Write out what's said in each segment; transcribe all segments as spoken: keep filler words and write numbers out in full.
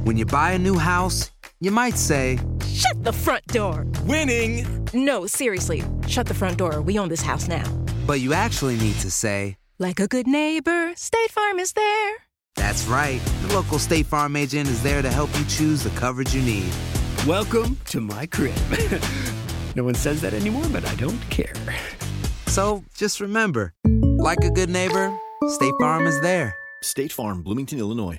When you buy a new house, you might say, "Shut the front door." Winning! No, seriously. Shut the front door. We own this house now. But you actually need to say, like a good neighbor, State Farm is there. That's right. The local State Farm agent is there to help you choose the coverage you need. Welcome to my crib. No one says that anymore, but I don't care. So just remember, like a good neighbor, State Farm is there. State Farm, Bloomington, Illinois.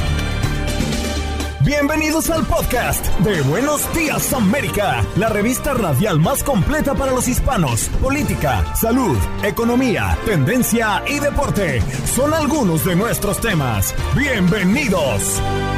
Bienvenidos al podcast de Buenos Días América, la revista radial más completa para los hispanos. Política, salud, economía, tendencia y deporte son algunos de nuestros temas. Bienvenidos.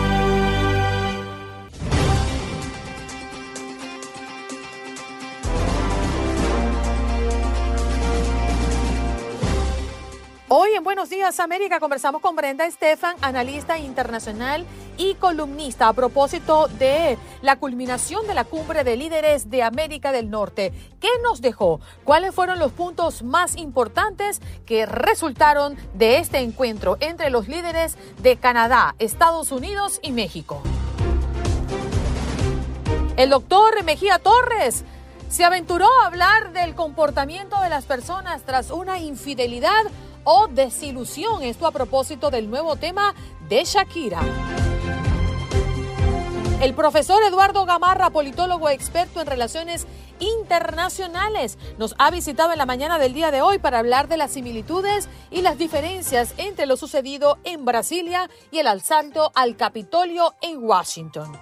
Hoy en Buenos Días América conversamos con Brenda Estefan, analista internacional y columnista, a propósito de la culminación de la Cumbre de Líderes de América del Norte. ¿Qué nos dejó? ¿Cuáles fueron los puntos más importantes que resultaron de este encuentro entre los líderes de Canadá, Estados Unidos y México? El doctor Mejía Torres se aventuró a hablar del comportamiento de las personas tras una infidelidad o desilusión. Esto a propósito del nuevo tema de Shakira. El profesor Eduardo Gamarra, politólogo experto en relaciones internacionales, nos ha visitado en la mañana del día de hoy para hablar de las similitudes y las diferencias entre lo sucedido en Brasilia y el asalto al Capitolio en Washington.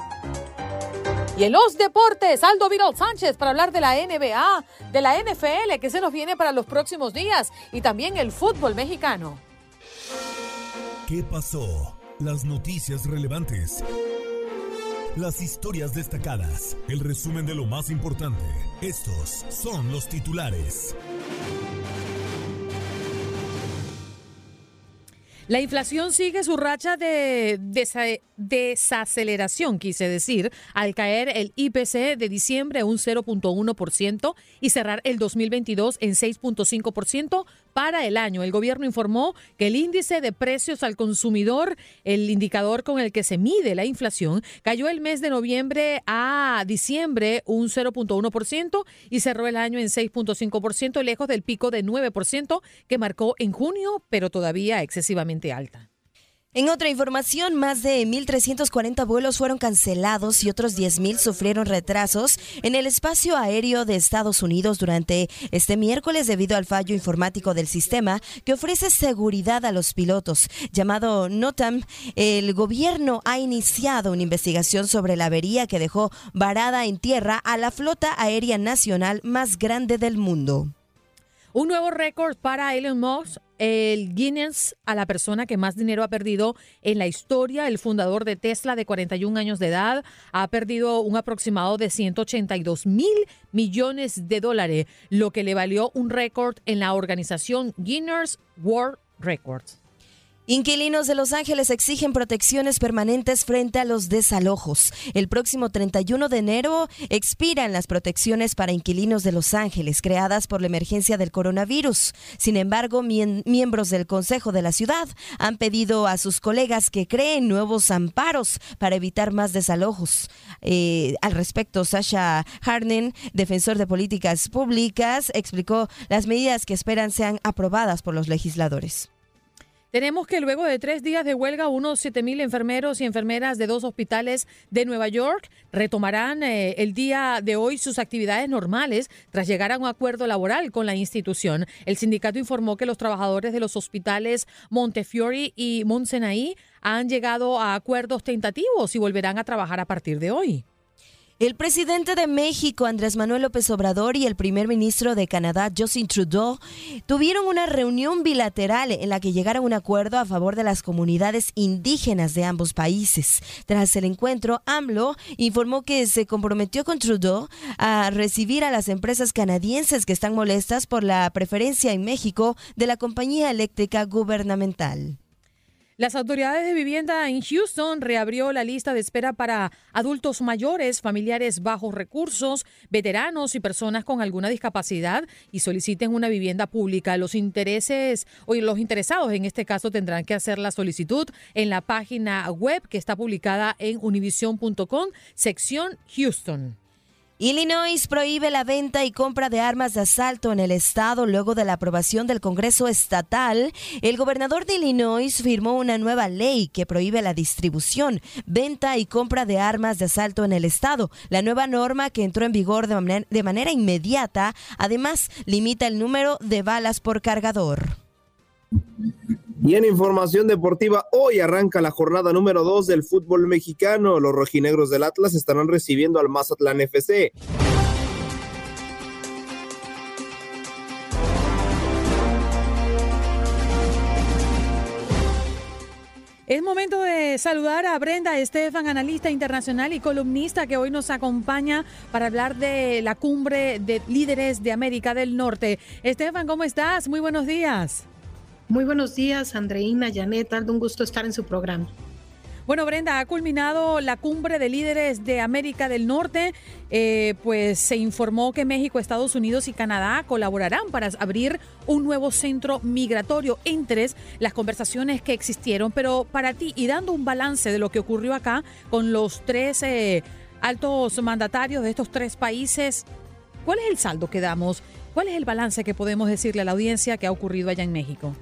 Y en los deportes, Aldo Vidal Sánchez para hablar de la N B A, de la N F L, que se nos viene para los próximos días, y también el fútbol mexicano. ¿Qué pasó? Las noticias relevantes. Las historias destacadas. El resumen de lo más importante. Estos son los titulares. La inflación sigue su racha de desa- desaceleración, quise decir, al caer el I P C de diciembre un cero punto uno por ciento y cerrar el dos mil veintidós en seis punto cinco por ciento para el año. El gobierno informó que el índice de precios al consumidor, el indicador con el que se mide la inflación, cayó el mes de noviembre a diciembre un cero punto uno por ciento y cerró el año en seis punto cinco por ciento, lejos del pico de nueve por ciento que marcó en junio, pero todavía excesivamente alta. En otra información, más de mil trescientos cuarenta vuelos fueron cancelados y otros diez mil sufrieron retrasos en el espacio aéreo de Estados Unidos durante este miércoles debido al fallo informático del sistema que ofrece seguridad a los pilotos. Llamado NOTAM, el gobierno ha iniciado una investigación sobre la avería que dejó varada en tierra a la flota aérea nacional más grande del mundo. Un nuevo récord para Elon Musk, el Guinness, a la persona que más dinero ha perdido en la historia. El fundador de Tesla, de cuarenta y un años de edad, ha perdido un aproximado de ciento ochenta y dos mil millones de dólares, lo que le valió un récord en la organización Guinness World Records. Inquilinos de Los Ángeles exigen protecciones permanentes frente a los desalojos. El próximo treinta y uno de enero expiran las protecciones para inquilinos de Los Ángeles creadas por la emergencia del coronavirus. Sin embargo, mien- miembros del Consejo de la Ciudad han pedido a sus colegas que creen nuevos amparos para evitar más desalojos. Eh, al respecto, Sasha Harden, defensor de políticas públicas, explicó las medidas que esperan sean aprobadas por los legisladores. Tenemos que luego de tres días de huelga, unos siete mil enfermeros y enfermeras de dos hospitales de Nueva York retomarán eh, el día de hoy sus actividades normales tras llegar a un acuerdo laboral con la institución. El sindicato informó que los trabajadores de los hospitales Montefiore y Mount Sinai han llegado a acuerdos tentativos y volverán a trabajar a partir de hoy. El presidente de México, Andrés Manuel López Obrador, y el primer ministro de Canadá, Justin Trudeau, tuvieron una reunión bilateral en la que llegaron a un acuerdo a favor de las comunidades indígenas de ambos países. Tras el encuentro, AMLO informó que se comprometió con Trudeau a recibir a las empresas canadienses que están molestas por la preferencia en México de la compañía eléctrica gubernamental. Las autoridades de vivienda en Houston reabrió la lista de espera para adultos mayores, familiares bajos recursos, veteranos y personas con alguna discapacidad y soliciten una vivienda pública. Los intereses o los interesados en este caso tendrán que hacer la solicitud en la página web que está publicada en univision punto com, sección Houston. Illinois prohíbe la venta y compra de armas de asalto en el estado luego de la aprobación del Congreso estatal. El gobernador de Illinois firmó una nueva ley que prohíbe la distribución, venta y compra de armas de asalto en el estado. La nueva norma, que entró en vigor de manera, de manera inmediata, además limita el número de balas por cargador. Y en información deportiva, hoy arranca la jornada número dos del fútbol mexicano. Los rojinegros del Atlas estarán recibiendo al Mazatlán F C. Es momento de saludar a Brenda Estefan, analista internacional y columnista que hoy nos acompaña para hablar de la cumbre de líderes de América del Norte. Estefan, ¿cómo estás? Muy buenos días. Muy buenos días, Andreina, Janet, Aldo, un gusto estar en su programa. Bueno, Brenda, ha culminado la cumbre de líderes de América del Norte, eh, pues se informó que México, Estados Unidos y Canadá colaborarán para abrir un nuevo centro migratorio entre las conversaciones que existieron, pero para ti, y dando un balance de lo que ocurrió acá con los tres eh, altos mandatarios de estos tres países, ¿cuál es el saldo que damos? ¿Cuál es el balance que podemos decirle a la audiencia que ha ocurrido allá en México?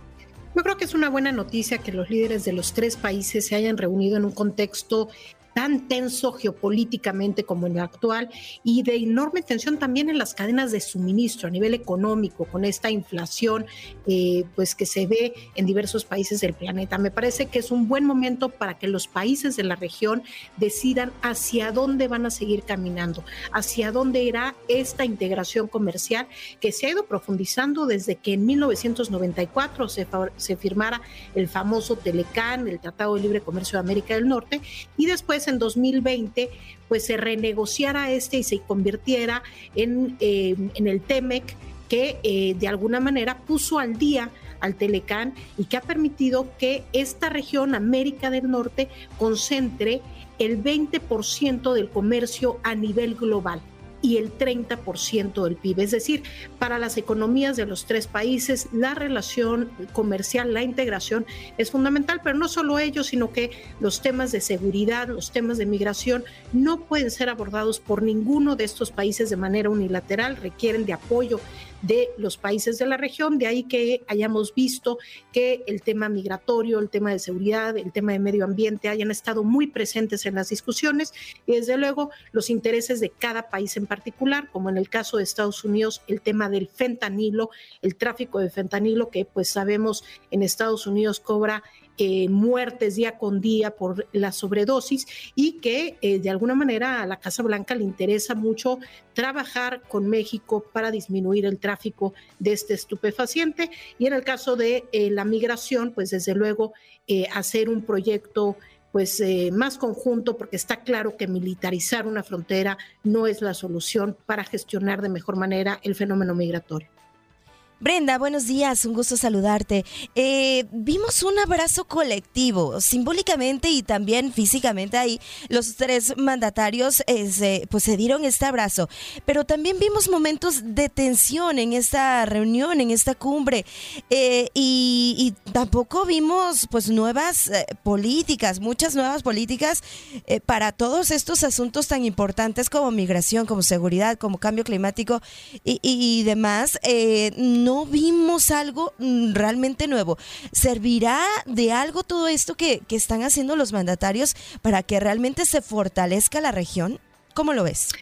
Yo creo que es una buena noticia que los líderes de los tres países se hayan reunido en un contexto tan tenso geopolíticamente como el actual y de enorme tensión también en las cadenas de suministro a nivel económico con esta inflación eh, pues que se ve en diversos países del planeta. Me parece que es un buen momento para que los países de la región decidan hacia dónde van a seguir caminando, hacia dónde irá esta integración comercial que se ha ido profundizando desde que en mil novecientos noventa y cuatro se, se firmara el famoso Telecán, el Tratado de Libre Comercio de América del Norte, y después en dos mil veinte pues se renegociara este y se convirtiera en, eh, en el TEMEC, que eh, de alguna manera puso al día al Telecán y que ha permitido que esta región, América del Norte, concentre el veinte por ciento del comercio a nivel global y el treinta por ciento del P I B. Es decir, para las economías de los tres países, la relación comercial, la integración es fundamental, pero no solo ello, sino que los temas de seguridad, los temas de migración no pueden ser abordados por ninguno de estos países de manera unilateral, requieren de apoyo de los países de la región, de ahí que hayamos visto que el tema migratorio, el tema de seguridad, el tema de medio ambiente hayan estado muy presentes en las discusiones y desde luego los intereses de cada país en particular, como en el caso de Estados Unidos, el tema del fentanilo, el tráfico de fentanilo que pues sabemos en Estados Unidos cobra Eh, muertes día con día por la sobredosis y que eh, de alguna manera a la Casa Blanca le interesa mucho trabajar con México para disminuir el tráfico de este estupefaciente y en el caso de eh, la migración, pues desde luego eh, hacer un proyecto pues eh, más conjunto, porque está claro que militarizar una frontera no es la solución para gestionar de mejor manera el fenómeno migratorio. Brenda, buenos días, un gusto saludarte. Eh, vimos un abrazo colectivo, simbólicamente y también físicamente ahí. Los tres mandatarios eh, se, pues se dieron este abrazo, pero también vimos momentos de tensión en esta reunión, en esta cumbre, eh, y, y tampoco vimos pues nuevas eh, políticas, muchas nuevas políticas eh, para todos estos asuntos tan importantes como migración, como seguridad, como cambio climático y, y, y demás. Eh, no No vimos algo realmente nuevo. ¿Servirá de algo todo esto que, que están haciendo los mandatarios para que realmente se fortalezca la región? ¿Cómo lo ves?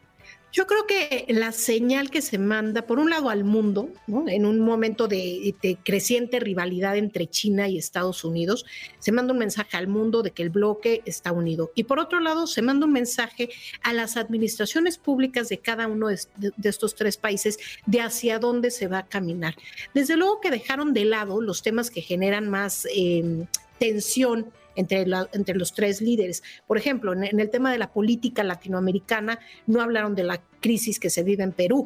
Yo creo que la señal que se manda, por un lado al mundo, ¿no? En un momento de, de creciente rivalidad entre China y Estados Unidos, se manda un mensaje al mundo de que el bloque está unido. Y por otro lado, se manda un mensaje a las administraciones públicas de cada uno de, de estos tres países de hacia dónde se va a caminar. Desde luego que dejaron de lado los temas que generan más eh, tensión Entre, la, entre los tres líderes. Por ejemplo, en, en el tema de la política latinoamericana no hablaron de la crisis que se vive en Perú,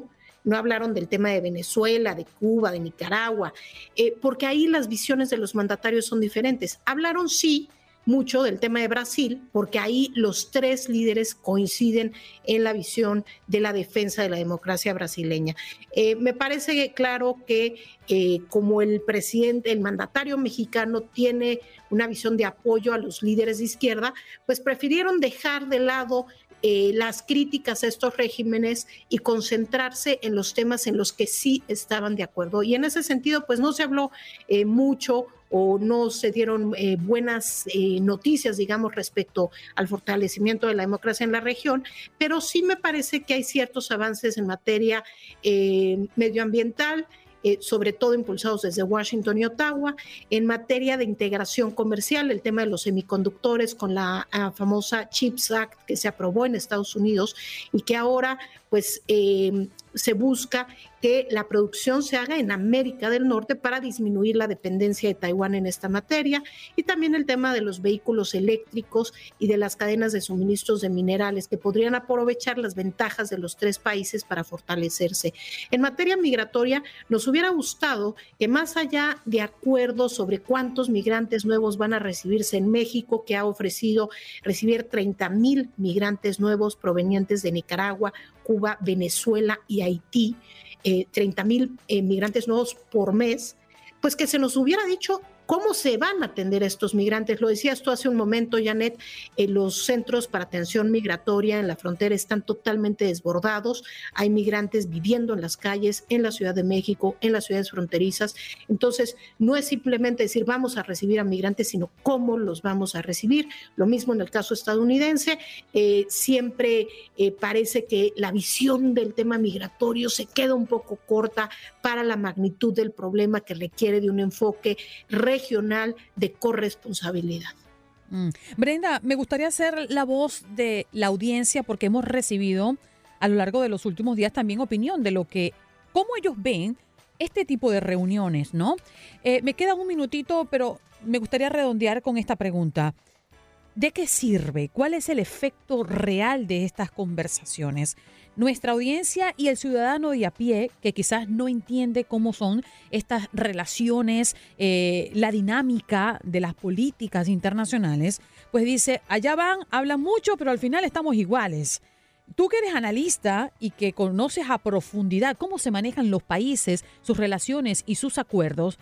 no hablaron del tema de Venezuela, de Cuba, de Nicaragua, eh, porque ahí las visiones de los mandatarios son diferentes. Hablaron, sí, mucho del tema de Brasil, porque ahí los tres líderes coinciden en la visión de la defensa de la democracia brasileña. Eh, me parece claro que eh, como el presidente, el mandatario mexicano tiene una visión de apoyo a los líderes de izquierda, pues prefirieron dejar de lado Eh, las críticas a estos regímenes y concentrarse en los temas en los que sí estaban de acuerdo. Y en ese sentido, pues no se habló eh, mucho o no se dieron eh, buenas eh, noticias, digamos, respecto al fortalecimiento de la democracia en la región, pero sí me parece que hay ciertos avances en materia eh, medioambiental, Eh, sobre todo impulsados desde Washington y Ottawa, en materia de integración comercial, el tema de los semiconductores con la uh, famosa CHIPS Act que se aprobó en Estados Unidos y que ahora pues eh, se busca que la producción se haga en América del Norte para disminuir la dependencia de Taiwán en esta materia, y también el tema de los vehículos eléctricos y de las cadenas de suministros de minerales que podrían aprovechar las ventajas de los tres países para fortalecerse. En materia migratoria, nos hubiera gustado que más allá de acuerdos sobre cuántos migrantes nuevos van a recibirse en México, que ha ofrecido recibir treinta mil migrantes nuevos provenientes de Nicaragua, Cuba, Venezuela y Haití, eh, treinta mil eh, migrantes nuevos por mes, pues que se nos hubiera dicho cómo se van a atender a estos migrantes. Lo decías tú hace un momento, Janet, eh, los centros para atención migratoria en la frontera están totalmente desbordados, hay migrantes viviendo en las calles, en la Ciudad de México, en las ciudades fronterizas. Entonces, no es simplemente decir vamos a recibir a migrantes, sino cómo los vamos a recibir. Lo mismo en el caso estadounidense, eh, siempre eh, parece que la visión del tema migratorio se queda un poco corta para la magnitud del problema que requiere de un enfoque regional de corresponsabilidad. Mm. Brenda, me gustaría ser la voz de la audiencia porque hemos recibido a lo largo de los últimos días también opinión de lo que, cómo ellos ven este tipo de reuniones, ¿no? Eh, me queda un minutito, pero me gustaría redondear con esta pregunta. ¿De qué sirve? ¿Cuál es el efecto real de estas conversaciones? Nuestra audiencia y el ciudadano de a pie, que quizás no entiende cómo son estas relaciones, eh, la dinámica de las políticas internacionales, pues dice, allá van, hablan mucho, pero al final estamos iguales. Tú que eres analista y que conoces a profundidad cómo se manejan los países, sus relaciones y sus acuerdos,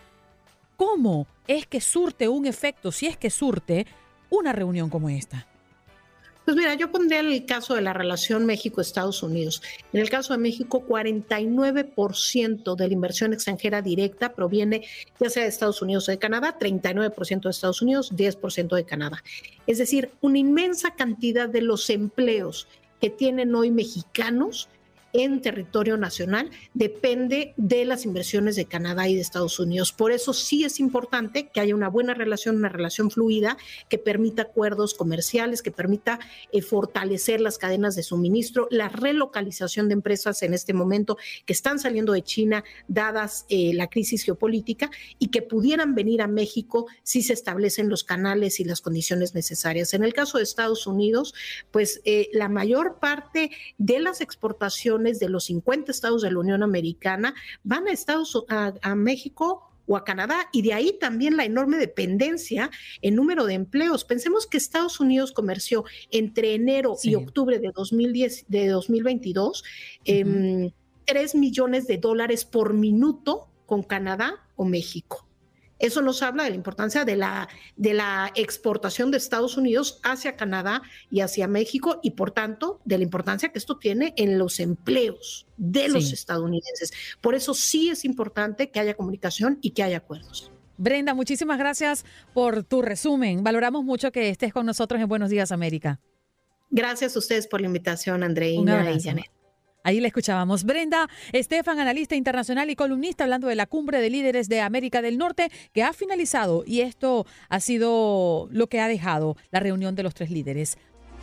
¿cómo es que surte un efecto, si es que surte, una reunión como esta? Pues mira, yo pondría el caso de la relación México-Estados Unidos. En el caso de México, cuarenta y nueve por ciento de la inversión extranjera directa proviene ya sea de Estados Unidos o de Canadá, treinta y nueve por ciento de Estados Unidos, diez por ciento de Canadá. Es decir, una inmensa cantidad de los empleos que tienen hoy mexicanos en territorio nacional depende de las inversiones de Canadá y de Estados Unidos. Por eso sí es importante que haya una buena relación, una relación fluida que permita acuerdos comerciales, que permita eh, fortalecer las cadenas de suministro, la relocalización de empresas en este momento que están saliendo de China dadas eh, la crisis geopolítica y que pudieran venir a México si se establecen los canales y las condiciones necesarias. En el caso de Estados Unidos, pues eh, la mayor parte de las exportaciones de los cincuenta estados de la Unión Americana van a Estados a, a México o a Canadá, y de ahí también la enorme dependencia en número de empleos. Pensemos que Estados Unidos comerció entre enero sí. y octubre de, dos mil diez, de dos mil veintidós uh-huh. eh, tres millones de dólares por minuto con Canadá o México. Eso nos habla de la importancia de la, de la exportación de Estados Unidos hacia Canadá y hacia México, y por tanto de la importancia que esto tiene en los empleos de los sí. estadounidenses. Por eso sí es importante que haya comunicación y que haya acuerdos. Brenda, muchísimas gracias por tu resumen. Valoramos mucho que estés con nosotros en Buenos Días, América. Gracias a ustedes por la invitación, Andreina y Janet. Ahí la escuchábamos. Brenda Estefan, analista internacional y columnista, hablando de la Cumbre de Líderes de América del Norte, que ha finalizado, y esto ha sido lo que ha dejado la reunión de los tres líderes.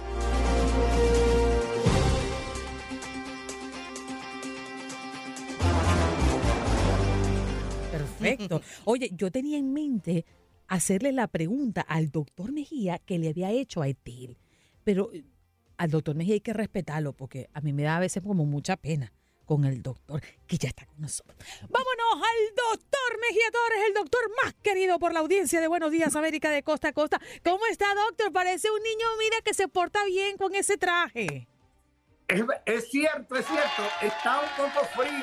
Perfecto. Oye, yo tenía en mente hacerle la pregunta al doctor Mejía que le había hecho a Etel, pero al doctor Mejía hay que respetarlo porque a mí me da a veces como mucha pena con el doctor, que ya está con nosotros. Vámonos al doctor Mejía Torres, el doctor más querido por la audiencia de Buenos Días América de costa a costa. ¿Cómo está, doctor? Parece un niño, mira, que se porta bien con ese traje. Es, es cierto, es cierto. Está un poco frío.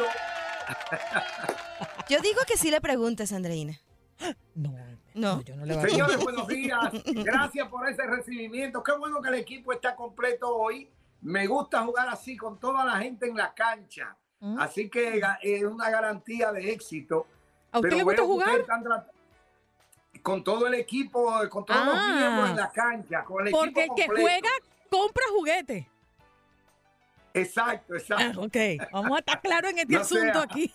Yo digo que sí le preguntes, Andreina. No, no, no yo no le voy a Señores, buenos días. Gracias por ese recibimiento. Qué bueno que el equipo está completo hoy. Me gusta jugar así con toda la gente en la cancha. ¿Mm? Así que es una garantía de éxito. ¿A usted Pero le gusta jugar? Con todo el equipo, con todos ah, los miembros en la cancha. Con el porque equipo el que juega compra juguetes. Exacto, exacto. Ah, ok, vamos a estar claros en este no asunto sea, aquí.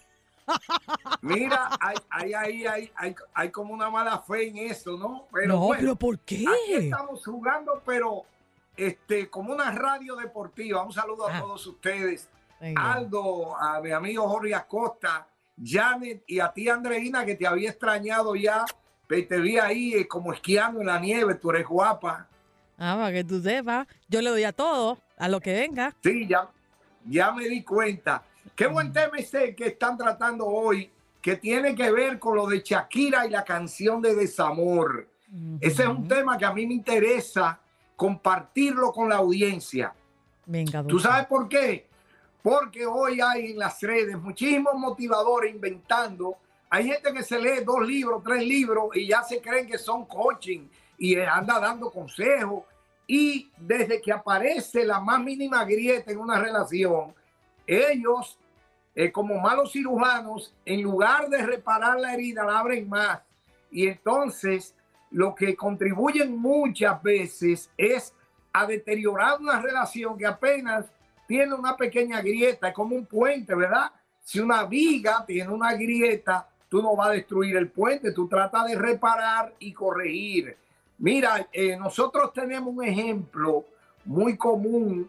Mira, hay, hay, hay, hay, hay, hay como una mala fe en eso, ¿no? Pero no, bueno, pero ¿por qué? Aquí estamos jugando, pero este, como una radio deportiva. Un saludo a ah. todos ustedes. Venga. Aldo, a mi amigo Jorge Acosta, Janet y a ti, Andreina, que te había extrañado ya. Te vi ahí eh, como esquiando en la nieve. Tú eres guapa. Ah, para que tú sepas. Yo le doy a todo, a lo que venga. Sí, ya, ya me di cuenta. Qué buen tema este que están tratando hoy, que tiene que ver con lo de Shakira y la canción de Desamor. Uh-huh. Ese es un tema que a mí me interesa compartirlo con la audiencia. Venga, ¿tú sabes por qué? Porque hoy hay en las redes muchísimos motivadores inventando. Hay gente que se lee dos libros, tres libros y ya se creen que son coaching y anda dando consejos. Y desde que aparece la más mínima grieta en una relación, ellos, eh, como malos cirujanos, en lugar de reparar la herida, la abren más. Y entonces lo que contribuyen muchas veces es a deteriorar una relación que apenas tiene una pequeña grieta. Es como un puente, ¿verdad? Si una viga tiene una grieta, tú no vas a destruir el puente, tú tratas de reparar y corregir. Mira, eh, nosotros tenemos un ejemplo muy común,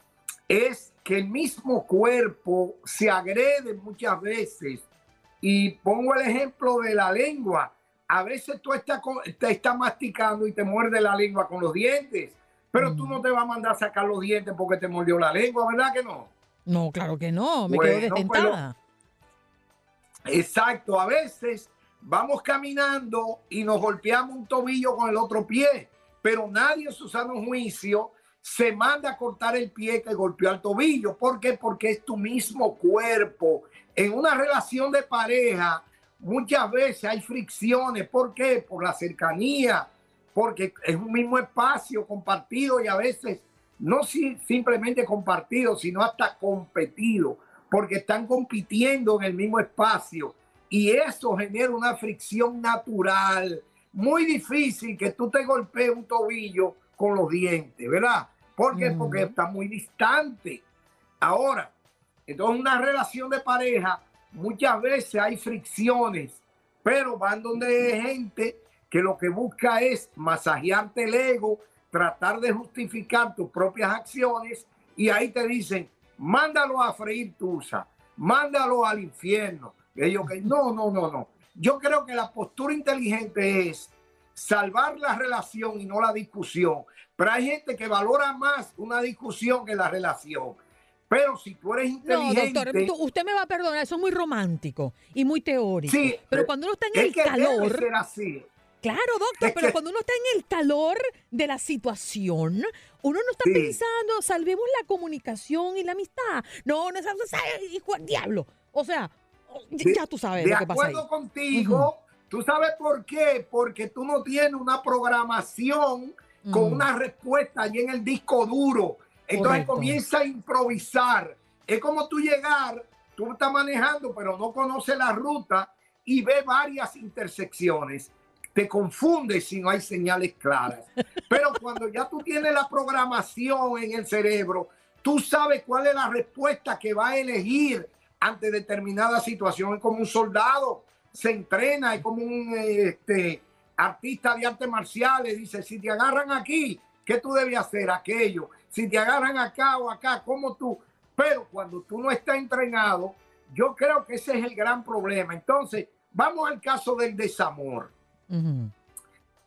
es que el mismo cuerpo se agrede muchas veces. Y pongo el ejemplo de la lengua. A veces tú estás, te estás masticando y te muerde la lengua con los dientes, pero mm. tú no te vas a mandar a sacar los dientes porque te mordió la lengua, ¿verdad que no? No, claro que no, me bueno, quedo desdentada. Pero, exacto, a veces vamos caminando y nos golpeamos un tobillo con el otro pie, pero nadie en su sano juicio se manda a cortar el pie que golpeó al tobillo. ¿Por qué? Porque es tu mismo cuerpo. En una relación de pareja, muchas veces hay fricciones. ¿Por qué? Por la cercanía, porque es un mismo espacio compartido y a veces no si, simplemente compartido, sino hasta competido, porque están compitiendo en el mismo espacio. Y eso genera una fricción natural, muy difícil que tú te golpees un tobillo con los dientes, ¿verdad? ¿Por qué? Mm. Porque está muy distante. Ahora, entonces una relación de pareja, muchas veces hay fricciones, pero van donde hay gente que lo que busca es masajearte el ego, tratar de justificar tus propias acciones y ahí te dicen, mándalo a freír tusa, mándalo al infierno. Ellos que no, no, no, no. Yo creo que la postura inteligente es salvar la relación y no la discusión. Pero hay gente que valora más una discusión que la relación. Pero si tú eres inteligente... No, doctor, tú, usted me va a perdonar, eso es muy romántico y muy teórico. Sí, pero cuando uno está en el que calor... Debe ser así. Claro, doctor, es pero que... cuando uno está en el calor de la situación, uno no está sí. pensando, salvemos la comunicación y la amistad. No, no es hijo del diablo. O sea, de, ya tú sabes lo que pasa ahí. De acuerdo contigo, uh-huh. ¿Tú sabes por qué? Porque tú no tienes una programación uh-huh. con una respuesta allí en el disco duro. Entonces Correcto. Comienza a improvisar. Es como tú llegar, tú estás manejando, pero no conoces la ruta y ves varias intersecciones. Te confundes si no hay señales claras. Pero cuando ya tú tienes la programación en el cerebro, tú sabes cuál es la respuesta que va a elegir ante determinada situación. Es como un soldado, se entrena, es como un este, artista de artes marciales. Dice, si te agarran aquí, ¿qué tú debes hacer? Aquello. Si te agarran acá o acá, ¿cómo tú? Pero cuando tú no estás entrenado, yo creo que ese es el gran problema. Entonces, vamos al caso del desamor. Uh-huh.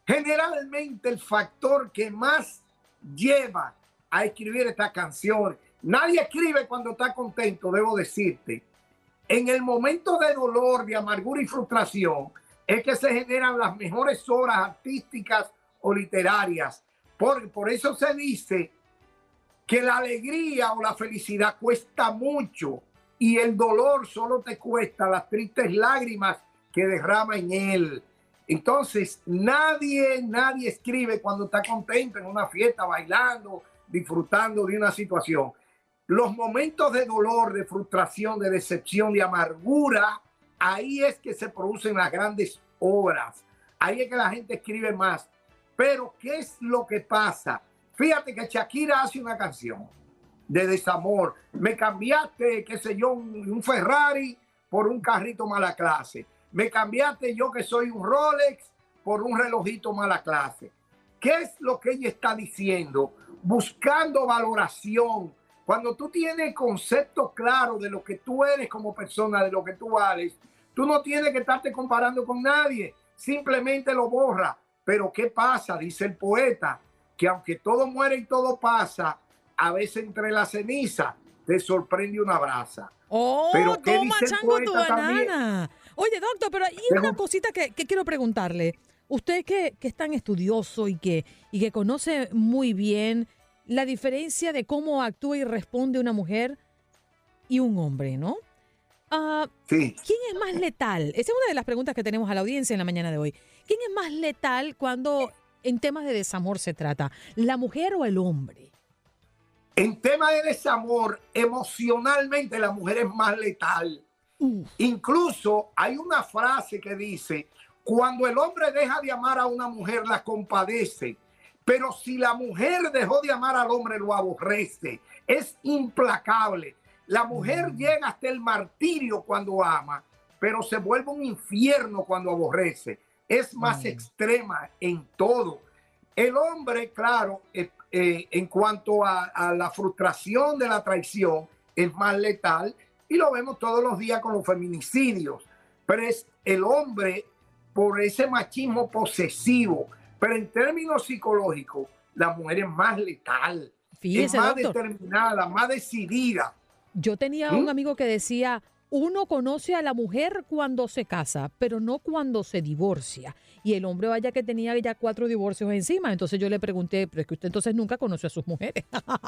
Generalmente el factor que más lleva a escribir esta canción Nadie escribe cuando está contento, debo decirte. En el momento de dolor, de amargura y frustración, es que se generan las mejores obras artísticas o literarias. Por, por eso se dice que la alegría o la felicidad cuesta mucho y el dolor solo te cuesta las tristes lágrimas que derrama en él. Entonces, nadie, nadie escribe cuando está contento en una fiesta, bailando, disfrutando de una situación. Los momentos de dolor, de frustración, de decepción, de amargura, ahí es que se producen las grandes obras. Ahí es que la gente escribe más. Pero, ¿qué es lo que pasa? Fíjate que Shakira hace una canción de desamor. Me cambiaste, qué sé yo, un, un Ferrari por un carrito mala clase. Me cambiaste yo que soy un Rolex por un relojito mala clase. ¿Qué es lo que ella está diciendo? Buscando valoración. Cuando tú tienes concepto claro de lo que tú eres como persona, de lo que tú vales, tú no tienes que estarte comparando con nadie. Simplemente lo borra. Pero ¿qué pasa? Dice el poeta, que aunque todo muere y todo pasa, a veces entre la ceniza te sorprende una brasa. Oh, pero ¿qué toma, dice el chango, tu poeta banana. también? Oye, doctor, pero hay una cosita que, que quiero preguntarle. Usted que, que es tan estudioso y que, y que conoce muy bien la diferencia de cómo actúa y responde una mujer y un hombre, ¿no? Uh, sí. ¿Quién es más letal? Esa es una de las preguntas que tenemos a la audiencia en la mañana de hoy. ¿Quién es más letal cuando en temas de desamor se trata? ¿La mujer o el hombre? En tema de desamor, emocionalmente la mujer es más letal. Uh. Incluso hay una frase que dice, cuando el hombre deja de amar a una mujer, la compadece. Pero si la mujer dejó de amar al hombre, lo aborrece. Es implacable. La mujer mm. llega hasta el martirio cuando ama, pero se vuelve un infierno cuando aborrece. Es más mm. extrema en todo. El hombre, claro, eh, eh, en cuanto a, a la frustración de la traición, es más letal y lo vemos todos los días con los feminicidios. Pero es el hombre por ese machismo posesivo. Pero en términos psicológicos, la mujer es más letal, Fíjese, es más doctor. determinada, más decidida. Yo tenía ¿Mm? un amigo que decía, uno conoce a la mujer cuando se casa, pero no cuando se divorcia. Y el hombre, vaya que tenía ya cuatro divorcios encima. Entonces yo le pregunté, pero es que usted entonces nunca conoció a sus mujeres.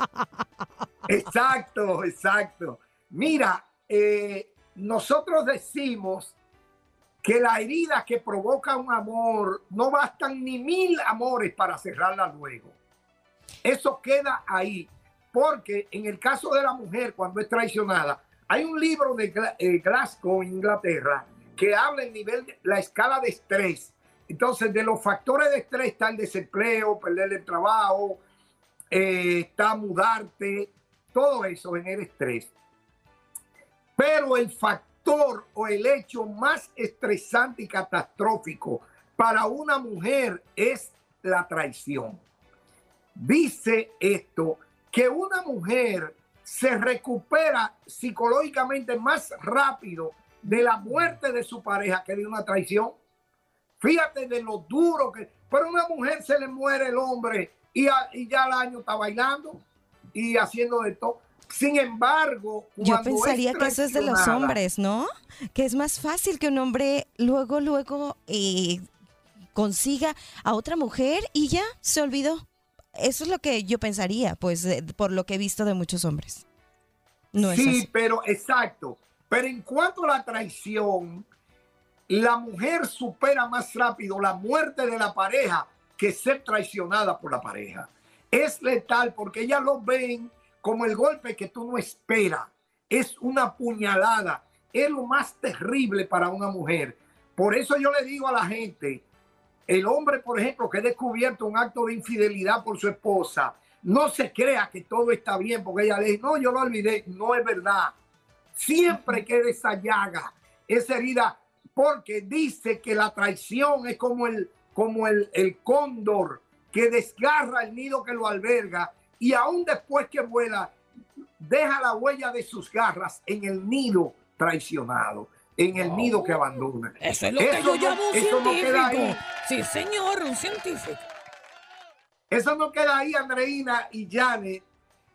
Exacto, exacto. Mira, eh, nosotros decimos que la herida que provoca un amor no bastan ni mil amores para cerrarla luego. Eso queda ahí, porque en el caso de la mujer cuando es traicionada, hay un libro de Glasgow, Inglaterra, que habla en nivel de la escala de estrés. Entonces, de los factores de estrés está el desempleo, perder el trabajo, eh, está mudarte, todo eso genera estrés. Pero el factor o el hecho más estresante y catastrófico para una mujer es la traición. Dice esto, que una mujer se recupera psicológicamente más rápido de la muerte de su pareja que de una traición. Fíjate de lo duro que... Pero a una mujer se le muere el hombre y, a, y ya al año está bailando y haciendo de todo. Sin embargo, yo pensaría que eso es de los hombres, ¿no? Que es más fácil que un hombre luego, luego eh, consiga a otra mujer y ya se olvidó. Eso es lo que yo pensaría, pues, eh, por lo que he visto de muchos hombres. No sí, es así. pero exacto. Pero en cuanto a la traición, la mujer supera más rápido la muerte de la pareja que ser traicionada por la pareja. Es letal porque ellas lo ven como el golpe que tú no esperas. Es una puñalada. Es lo más terrible para una mujer. Por eso yo le digo a la gente, el hombre, por ejemplo, que ha descubierto un acto de infidelidad por su esposa, no se crea que todo está bien, porque ella le dice, no, yo lo olvidé. No es verdad. Siempre queda esa llaga, esa herida, porque dice que la traición es como el, como el, el cóndor que desgarra el nido que lo alberga y aún después que vuela, deja la huella de sus garras en el nido traicionado, en el oh, nido que abandona. Eso es lo eso que yo llamo un científico. No queda ahí. Sí, señor, un científico. Eso no queda ahí, Andreina y Janet.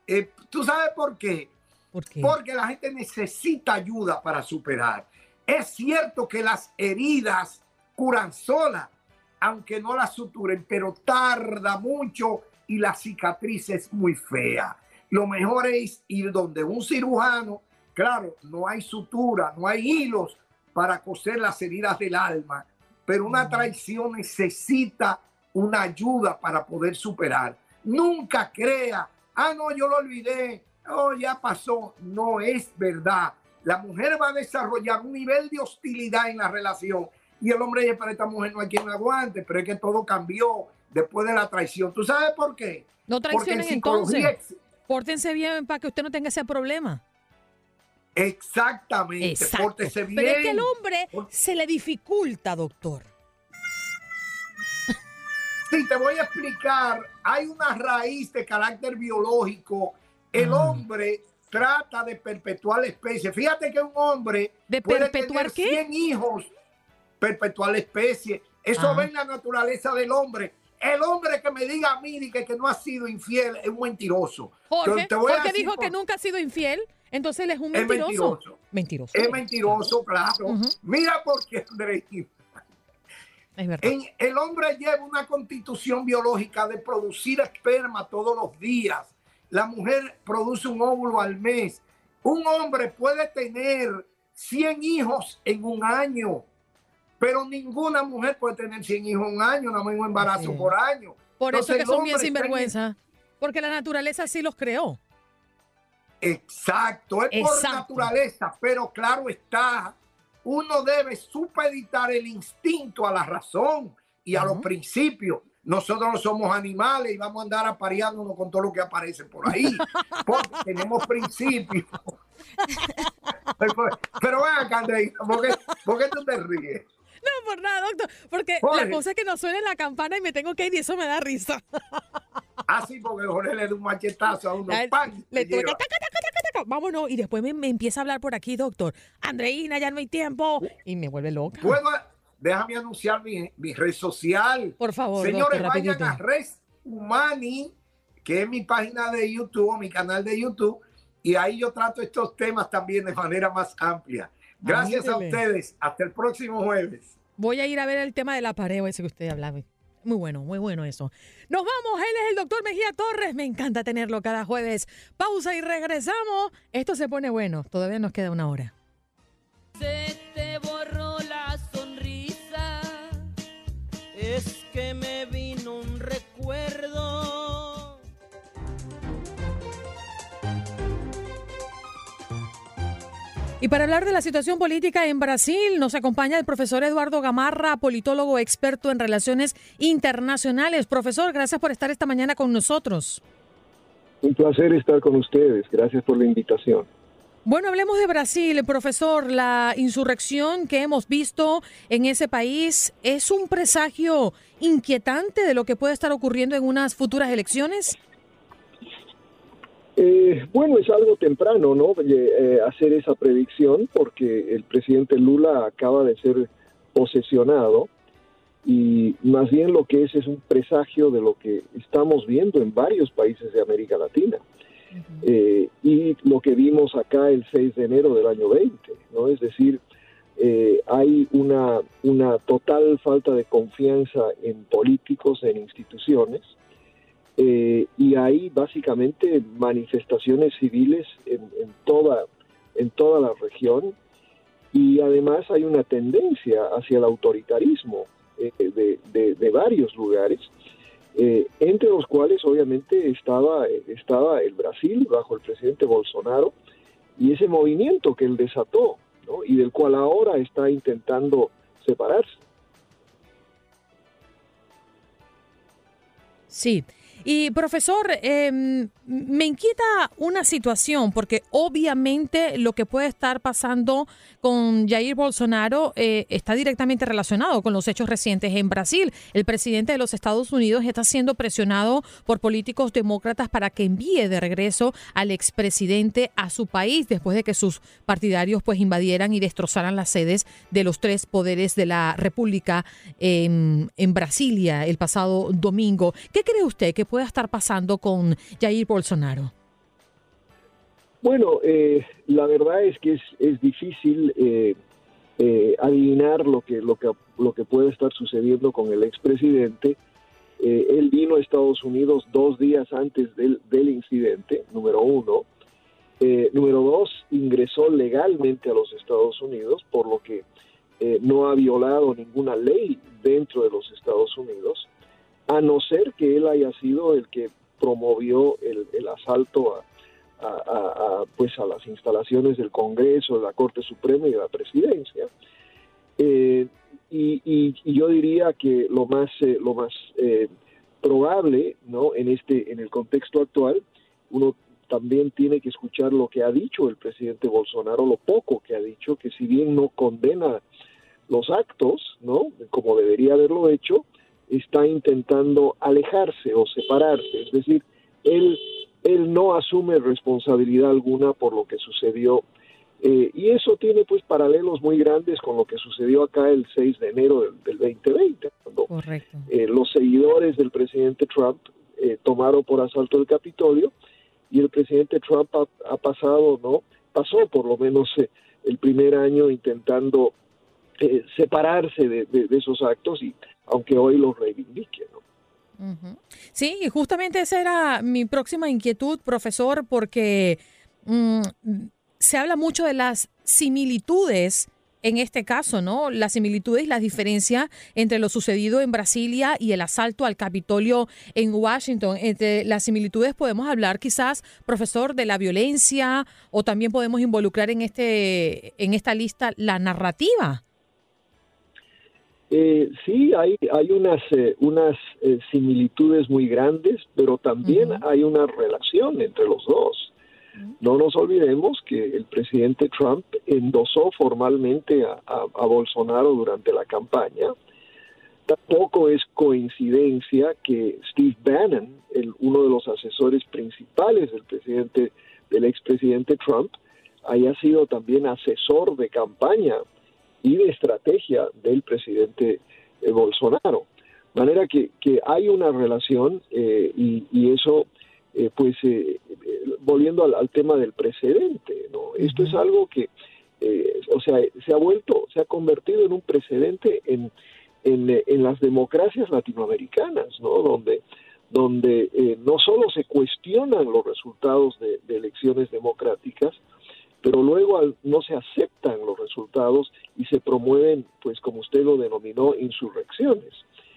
Eh, ¿Tú sabes por qué? ¿Por qué? Porque la gente necesita ayuda para superar. Es cierto que las heridas curan solas, aunque no las suturen, pero tarda mucho y la cicatriz es muy fea. Lo mejor es ir donde un cirujano. Claro, no hay sutura, no hay hilos para coser las heridas del alma, pero una traición necesita una ayuda para poder superar. Nunca crea, ah, no, yo lo olvidé, oh, ya pasó. No es verdad. La mujer va a desarrollar un nivel de hostilidad en la relación y el hombre dice, para esta mujer no hay quien aguante, pero es que todo cambió después de la traición. ¿Tú sabes por qué? No traicionen entonces. Pórtense bien para que usted no tenga ese problema. Exactamente. Exacto. Pórtese bien. Pero es que al hombre se le dificulta, doctor. Sí, te voy a explicar. Hay una raíz de carácter biológico. El ah. hombre trata de perpetuar la especie. Fíjate que un hombre ¿De puede perpetuar tener qué? cien hijos, perpetuar la especie. Eso Ah. ve en la naturaleza del hombre. El hombre que me diga a mí que, que no ha sido infiel es un mentiroso. Jorge, Te voy a Jorge decir dijo por- que nunca ha sido infiel, entonces él es un Es mentiroso. mentiroso. Mentiroso. Es mentiroso, claro. Ujú. Mira por qué, Andreina. Es verdad. En- el hombre lleva una constitución biológica de producir esperma todos los días. La mujer produce un óvulo al mes. Un hombre puede tener cien hijos en un año, pero ninguna mujer puede tener cien hijos en un año, nada más un embarazo Sí. por año. Por eso Entonces, es que el son bien hombre está en- sinvergüenza. Porque la naturaleza así los creó. Exacto, es por Exacto. naturaleza, pero claro está, uno debe supeditar el instinto a la razón y a los principios. Nosotros no somos animales y vamos a andar apareándonos con todo lo que aparece por ahí, porque tenemos principios. Pero, pero ven acá, Andreina, ¿por qué, ¿por qué tú te ríes? No, por nada, doctor. Porque Jorge. la cosa es que no suena la campana y me tengo que ir y eso me da risa. Así porque Jorge le da un machetazo a uno. A él ¡Pam! le te lleva. toca, taca, taca, taca, taca. Vámonos. Y después me, me empieza a hablar por aquí, doctor. Andreina, ya no hay tiempo. Y me vuelve loca. Puedo, déjame anunciar mi, mi red social. Por favor, Señores, doctor, vayan rapidito. a Res Humani, que es mi página de YouTube, mi canal de YouTube, y ahí yo trato estos temas también de manera más amplia. Gracias a Ándele. ustedes. Hasta el próximo jueves. Voy a ir a ver el tema del apareo ese que usted hablaba. Muy bueno, muy bueno eso. Nos vamos, él es el doctor Mejía Torres. Me encanta tenerlo cada jueves. Pausa y regresamos. Esto se pone bueno. Todavía nos queda una hora. Se te borró la sonrisa, es que me vino un recuerdo. Y para hablar de la situación política en Brasil, nos acompaña el profesor Eduardo Gamarra, politólogo experto en relaciones internacionales. Profesor, gracias por estar esta mañana con nosotros. Un placer estar con ustedes. Gracias por la invitación. Bueno, hablemos de Brasil, profesor. La insurrección que hemos visto en ese país es un presagio inquietante de lo que puede estar ocurriendo en unas futuras elecciones. Eh, bueno, es algo temprano, ¿no? Eh, hacer esa predicción porque el presidente Lula acaba de ser posesionado y más bien lo que es es un presagio de lo que estamos viendo en varios países de América Latina. Uh-huh. Eh, y lo que vimos acá el seis de enero del año veinte, ¿no? Es decir, eh, hay una, una total falta de confianza en políticos, en instituciones, eh, y hay básicamente manifestaciones civiles en, en, toda, en toda la región, y además hay una tendencia hacia el autoritarismo eh, de, de, de varios lugares, Eh, entre los cuales obviamente estaba, estaba el Brasil bajo el presidente Bolsonaro y ese movimiento que él desató, ¿no? Y del cual ahora está intentando separarse. Sí. Y profesor, eh, me inquieta una situación porque obviamente lo que puede estar pasando con Jair Bolsonaro eh, está directamente relacionado con los hechos recientes en Brasil. El presidente de los Estados Unidos está siendo presionado por políticos demócratas para que envíe de regreso al expresidente a su país después de que sus partidarios pues invadieran y destrozaran las sedes de los tres poderes de la República en, en Brasilia el pasado domingo. ¿Qué cree usted que puede estar pasando con Jair Bolsonaro? Bueno, eh, la verdad es que es, es difícil eh, eh, adivinar lo que, lo, que, lo que puede estar sucediendo con el expresidente. Eh, él vino a Estados Unidos dos días antes del, del incidente, número uno. Eh, número dos, ingresó legalmente a los Estados Unidos, por lo que eh, no ha violado ninguna ley dentro de los Estados Unidos, a no ser que él haya sido el que promovió el, el asalto a, a, a, a, pues a las instalaciones del Congreso, de la Corte Suprema y de la Presidencia. Eh, y, y, y yo diría que lo más, eh, lo más eh, probable, ¿no?, en este, en el contexto actual, uno también tiene que escuchar lo que ha dicho el presidente Bolsonaro, lo poco que ha dicho, que si bien no condena los actos, ¿no?, como debería haberlo hecho, está intentando alejarse o separarse. Es decir, él, él no asume responsabilidad alguna por lo que sucedió. Eh, y eso tiene pues paralelos muy grandes con lo que sucedió acá el seis de enero del, del veinte veinte, cuando eh, los seguidores del presidente Trump eh, tomaron por asalto el Capitolio, y el presidente Trump ha, ha pasado, ¿no? Pasó por lo menos eh, el primer año intentando eh, separarse de, de, de esos actos, y aunque hoy los reivindique, ¿no? Uh-huh. Sí, y justamente esa era mi próxima inquietud, profesor, porque mmm, se habla mucho de las similitudes en este caso, ¿no? Las similitudes y las diferencias entre lo sucedido en Brasilia y el asalto al Capitolio en Washington. Entre las similitudes podemos hablar quizás, profesor, de la violencia, o también podemos involucrar en este en esta lista la narrativa. Eh, sí, hay, hay unas, eh, unas eh, similitudes muy grandes, pero también uh-huh. hay una relación entre los dos. No nos olvidemos que el presidente Trump endosó formalmente a, a, a Bolsonaro durante la campaña. Tampoco es coincidencia que Steve Bannon, el, uno de los asesores principales del presidente, del expresidente Trump, haya sido también asesor de campaña y de estrategia del presidente eh, Bolsonaro. De manera que, que hay una relación eh, y, y eso... Eh, pues eh, eh, volviendo al, al tema del precedente, ¿no? Esto es algo que, eh, o sea, se ha vuelto, se ha convertido en un precedente en, en, en las democracias latinoamericanas, ¿no? Donde, donde eh, no solo se cuestionan los resultados de, de elecciones democráticas, pero luego al, no se aceptan los resultados y se promueven, pues como usted lo denominó, insurrecciones.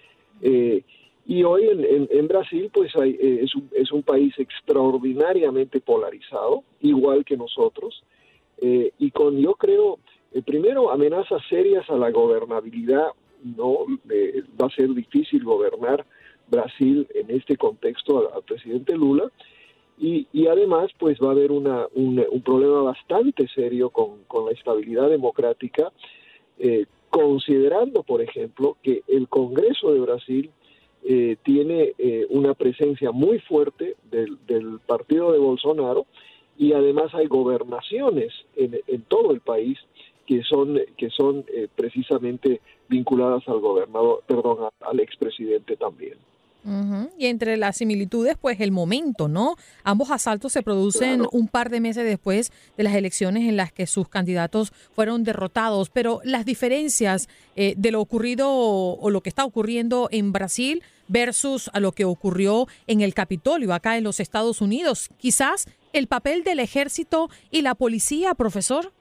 Eh, Y hoy en, en, en Brasil, pues hay, eh, es, un, es un país extraordinariamente polarizado, igual que nosotros, eh, y con, yo creo, eh, primero, amenazas serias a la gobernabilidad. No eh, va a ser difícil gobernar Brasil en este contexto al, al presidente Lula, y, y además, pues va a haber una, un, un problema bastante serio con, con la estabilidad democrática, eh, considerando, por ejemplo, que el Congreso de Brasil Eh, tiene eh, una presencia muy fuerte del, del partido de Bolsonaro, y además hay gobernaciones en, en todo el país que son que son eh, precisamente vinculadas al gobernador, perdón, a, al expresidente también. Uh-huh. Y entre las similitudes, pues el momento, ¿no? Ambos asaltos se producen claro. un par de meses después de las elecciones en las que sus candidatos fueron derrotados, pero las diferencias eh, de lo ocurrido o, o lo que está ocurriendo en Brasil versus a lo que ocurrió en el Capitolio acá en los Estados Unidos, quizás el papel del ejército y la policía, profesor.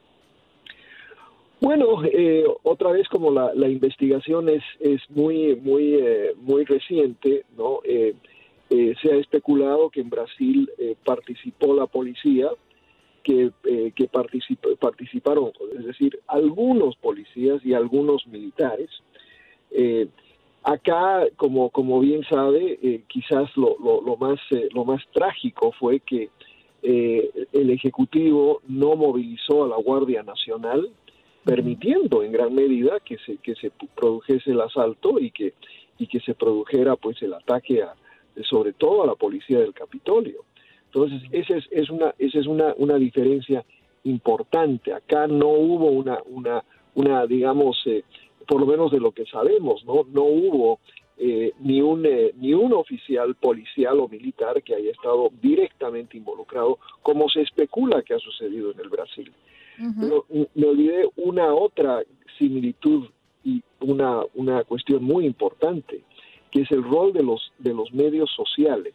Bueno, eh, otra vez, como la, la investigación es es muy muy eh, muy reciente, ¿no? Eh, eh, se ha especulado que en Brasil eh, participó la policía, que eh, que particip- participaron, es decir, algunos policías y algunos militares. Eh, acá, como como bien sabe, eh, quizás lo lo, lo más eh, lo más trágico fue que eh, el ejecutivo no movilizó a la Guardia Nacional, permitiendo en gran medida que se que se produjese el asalto y que y que se produjera pues el ataque a, sobre todo a la policía del Capitolio. Entonces esa es, es una esa es una una diferencia importante. Acá no hubo una una una digamos eh, por lo menos de lo que sabemos, no no hubo eh, ni, un, eh, ni un oficial policial o militar que haya estado directamente involucrado, como se especula que ha sucedido en el Brasil. Uh-huh. Pero me olvidé una otra similitud y una, una cuestión muy importante, que es el rol de los, de los medios sociales.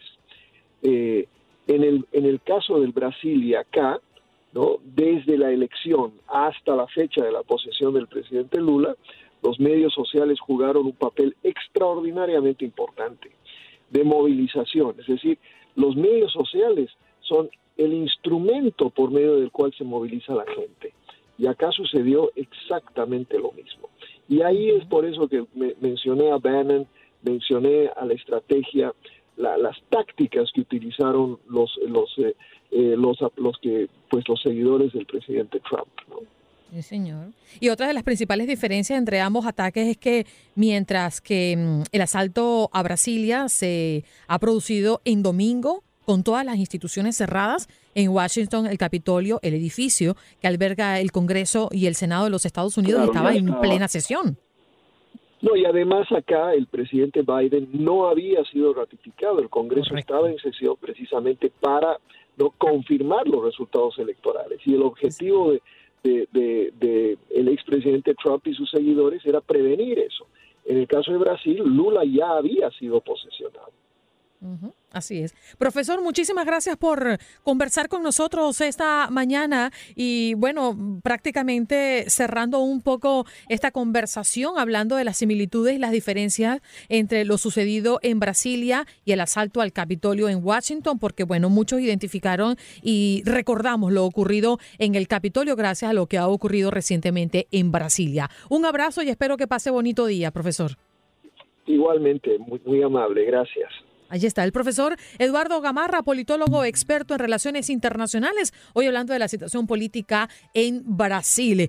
Eh, en, el, en el caso del Brasil y acá, ¿no?, desde la elección hasta la fecha de la posesión del presidente Lula, los medios sociales jugaron un papel extraordinariamente importante de movilización. Es decir, los medios sociales son el instrumento por medio del cual se moviliza la gente. Y acá sucedió exactamente lo mismo. Y ahí es por eso que me mencioné a Bannon, mencioné a la estrategia, la, las tácticas que utilizaron los los eh, eh, los los que pues los seguidores del presidente Trump, ¿no? Sí, señor. Y otra de las principales diferencias entre ambos ataques es que mientras que mm, el asalto a Brasilia se ha producido en domingo con todas las instituciones cerradas, en Washington el Capitolio, el edificio que alberga el Congreso y el Senado de los Estados Unidos, claro, estaba en plena sesión. No, y además acá el presidente Biden no había sido ratificado. El Congreso Correcto. Estaba en sesión precisamente para no confirmar los resultados electorales. Y el objetivo de, de, de, de el expresidente Trump y sus seguidores era prevenir eso. En el caso de Brasil, Lula ya había sido posesionado. Uh-huh. Así es. Profesor, muchísimas gracias por conversar con nosotros esta mañana y, bueno, prácticamente cerrando un poco esta conversación, hablando de las similitudes y las diferencias entre lo sucedido en Brasilia y el asalto al Capitolio en Washington, porque, bueno, muchos identificaron y recordamos lo ocurrido en el Capitolio gracias a lo que ha ocurrido recientemente en Brasilia. Un abrazo y espero que pase bonito día, profesor. Igualmente, muy, muy amable. Gracias. Allí está el profesor Eduardo Gamarra, politólogo experto en relaciones internacionales, hoy hablando de la situación política en Brasil.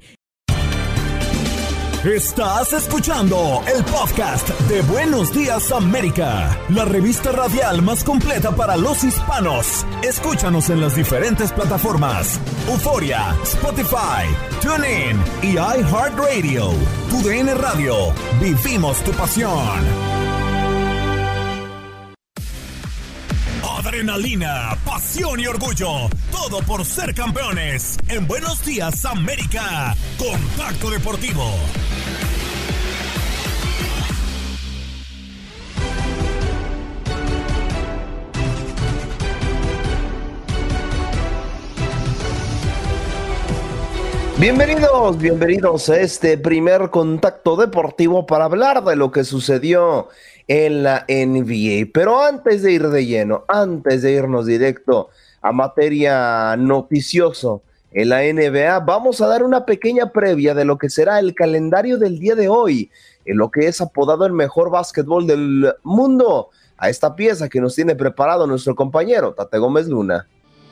Estás escuchando el podcast de Buenos Días América, la revista radial más completa para los hispanos. Escúchanos en las diferentes plataformas: Euforia, Spotify, TuneIn y iHeartRadio. Tu D N Radio. Vivimos tu pasión. Adrenalina, pasión y orgullo, todo por ser campeones. En Buenos Días América, Contacto Deportivo. Bienvenidos, bienvenidos a este primer Contacto Deportivo para hablar de lo que sucedió en la N B A. Pero antes de ir de lleno, antes de irnos directo a materia noticioso en la N B A, vamos a dar una pequeña previa de lo que será el calendario del día de hoy, en lo que es apodado el mejor básquetbol del mundo, a esta pieza que nos tiene preparado nuestro compañero Tate Gómez Luna.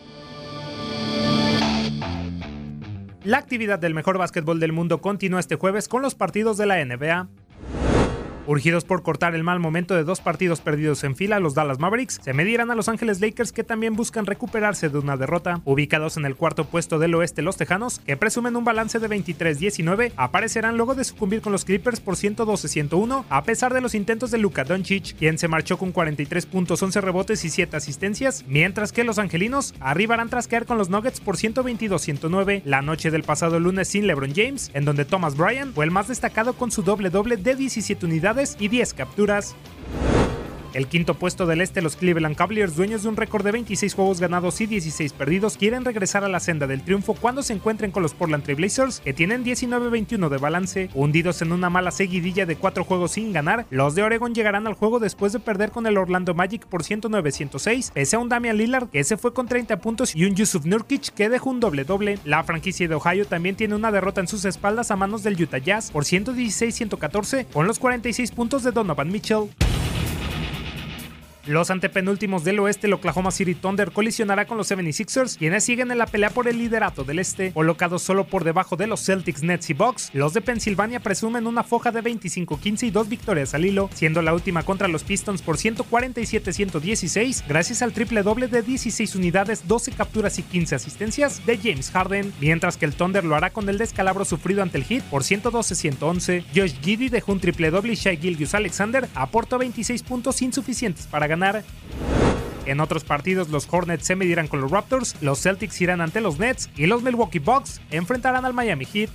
La actividad del mejor básquetbol del mundo continúa este jueves con los partidos de la N B A. Urgidos por cortar el mal momento de dos partidos perdidos en fila, los Dallas Mavericks se medirán a Los Ángeles Lakers, que también buscan recuperarse de una derrota. Ubicados en el cuarto puesto del oeste, los Tejanos, que presumen un balance de veintitrés diecinueve, aparecerán luego de sucumbir con los Clippers por ciento doce a ciento uno, a pesar de los intentos de Luka Doncic, quien se marchó con cuarenta y tres puntos, once rebotes y siete asistencias, mientras que los angelinos arribarán tras caer con los Nuggets por ciento veintidós a ciento nueve la noche del pasado lunes sin LeBron James, en donde Thomas Bryant fue el más destacado con su doble-doble de diecisiete unidades y diez capturas. El quinto puesto del este, los Cleveland Cavaliers, dueños de un récord de veintiséis juegos ganados y dieciséis perdidos, quieren regresar a la senda del triunfo cuando se encuentren con los Portland Trail Blazers, que tienen diecinueve a veintiuno de balance. Hundidos en una mala seguidilla de cuatro juegos sin ganar, los de Oregon llegarán al juego después de perder con el Orlando Magic por ciento nueve a ciento seis, pese a un Damian Lillard que se fue con treinta puntos y un Yusuf Nurkic que dejó un doble-doble. La franquicia de Ohio también tiene una derrota en sus espaldas a manos del Utah Jazz por ciento dieciséis a ciento catorce, con los cuarenta y seis puntos de Donovan Mitchell. Los antepenúltimos del oeste, el Oklahoma City Thunder colisionará con los setenta y seis ers, quienes siguen en la pelea por el liderato del este, colocados solo por debajo de los Celtics, Nets y Bucks. Los de Pensilvania presumen una foja de veinticinco quince y dos victorias al hilo, siendo la última contra los Pistons por ciento cuarenta y siete a ciento dieciséis, gracias al triple doble de dieciséis unidades, doce capturas y quince asistencias de James Harden, mientras que el Thunder lo hará con el descalabro sufrido ante el Heat por ciento doce a ciento once. Josh Giddey dejó un triple doble y Shai Gilgeous-Alexander aportó veintiséis puntos insuficientes para ganar. En otros partidos, los Hornets se medirán con los Raptors, los Celtics irán ante los Nets y los Milwaukee Bucks enfrentarán al Miami Heat.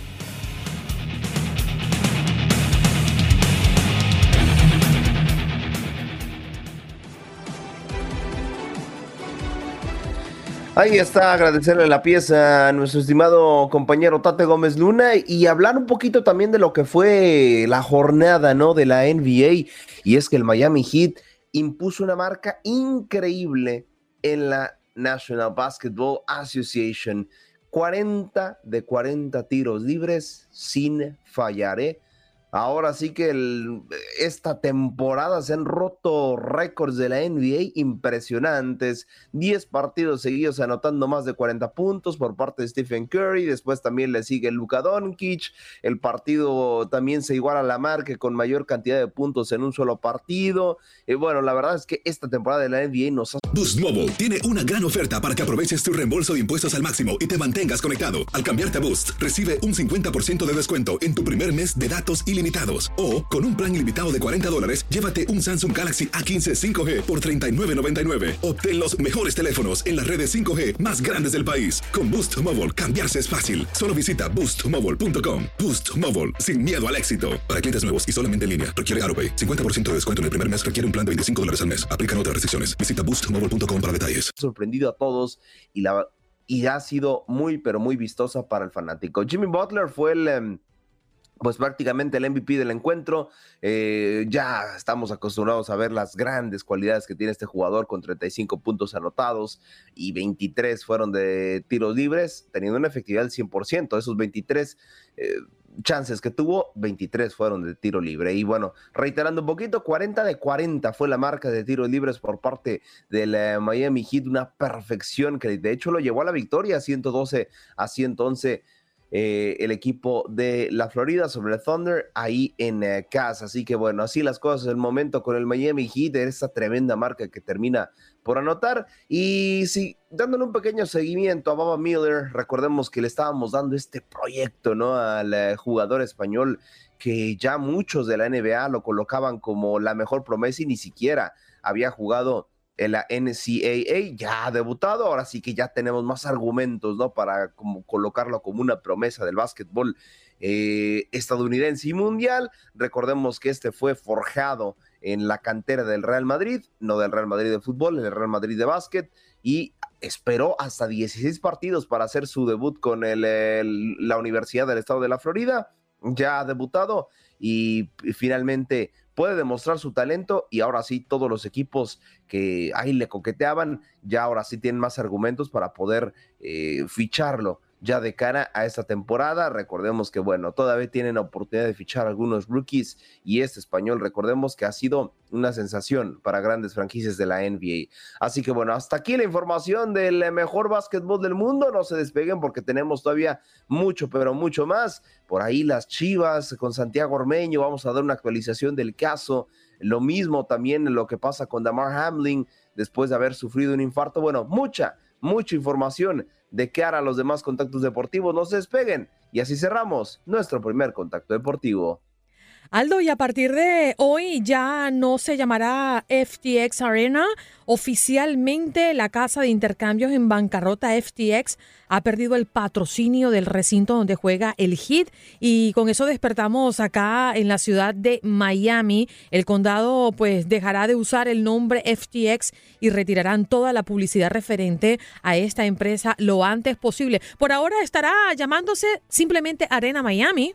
Ahí está, agradecerle la pieza a nuestro estimado compañero Tate Gómez Luna y hablar un poquito también de lo que fue la jornada, ¿no?, de la N B A, y es que el Miami Heat impuso una marca increíble en la National Basketball Association, cuarenta de cuarenta tiros libres sin fallar, ¿eh? Ahora sí que el, esta temporada se han roto récords de la N B A impresionantes, diez partidos seguidos anotando más de cuarenta puntos por parte de Stephen Curry, después también le sigue Luka Doncic, el partido también se iguala a la marca con mayor cantidad de puntos en un solo partido, y bueno, la verdad es que esta temporada de la N B A nos ha... Boost Mobile tiene una gran oferta para que aproveches tu reembolso de impuestos al máximo y te mantengas conectado. Al cambiarte a Boost, recibe un cincuenta por ciento de descuento en tu primer mes de datos ilimitados. O, con un plan ilimitado de cuarenta dólares, llévate un Samsung Galaxy A quince cinco G por treinta y nueve noventa y nueve. Obtén los mejores teléfonos en las redes cinco G más grandes del país. Con Boost Mobile, cambiarse es fácil. Solo visita boost mobile punto com. Boost Mobile, sin miedo al éxito. Para clientes nuevos y solamente en línea, requiere AutoPay. cincuenta por ciento de descuento en el primer mes requiere un plan de veinticinco dólares al mes. Aplican otras restricciones. Visita boost mobile punto com para detalles. Sorprendido a todos y, la, y ha sido muy, pero muy vistosa para el fanático. Jimmy Butler fue el... Um, pues prácticamente el M V P del encuentro. Eh, ya estamos acostumbrados a ver las grandes cualidades que tiene este jugador con treinta y cinco puntos anotados y veintitrés fueron de tiros libres, teniendo una efectividad del cien por ciento. Esos veintitrés eh, chances que tuvo, veintitrés fueron de tiro libre. Y bueno, reiterando un poquito, cuarenta de cuarenta fue la marca de tiros libres por parte del uh, Miami Heat, una perfección que de hecho lo llevó a la victoria, ciento doce a ciento once. Eh, el equipo de la Florida sobre el Thunder ahí en eh, casa, así que bueno, así las cosas el momento con el Miami Heat, esa tremenda marca que termina por anotar. Y sí, dándole un pequeño seguimiento a Baba Miller, recordemos que le estábamos dando este proyecto, ¿no?, al eh, jugador español que ya muchos de la N B A lo colocaban como la mejor promesa y ni siquiera había jugado en la N C A A, ya ha debutado, ahora sí que ya tenemos más argumentos, ¿no?, para como colocarlo como una promesa del básquetbol eh, estadounidense y mundial. Recordemos que este fue forjado en la cantera del Real Madrid, no del Real Madrid de fútbol, el Real Madrid de básquet, y esperó hasta dieciséis partidos para hacer su debut con el, el, la Universidad del Estado de la Florida. Ya ha debutado y, y finalmente puede demostrar su talento, y ahora sí todos los equipos que ahí le coqueteaban, ya ahora sí tienen más argumentos para poder eh, ficharlo ya de cara a esta temporada. Recordemos que, bueno, todavía tienen oportunidad de fichar algunos rookies, y este español, recordemos que ha sido una sensación para grandes franquicias de la N B A. Así que, bueno, hasta aquí la información del mejor básquetbol del mundo. No se despeguen porque tenemos todavía mucho, pero mucho más. Por ahí las Chivas con Santiago Ormeño, vamos a dar una actualización del caso. Lo mismo también lo que pasa con Damar Hamlin después de haber sufrido un infarto. Bueno, mucha, mucha información de cara a los demás contactos deportivos. No se despeguen, y así cerramos nuestro primer contacto deportivo. Aldo, y a partir de hoy ya no se llamará F T X Arena. Oficialmente la casa de intercambios en bancarrota F T X ha perdido el patrocinio del recinto donde juega el Heat, y con eso despertamos acá en la ciudad de Miami. El condado pues dejará de usar el nombre F T X y retirarán toda la publicidad referente a esta empresa lo antes posible. Por ahora estará llamándose simplemente Arena Miami.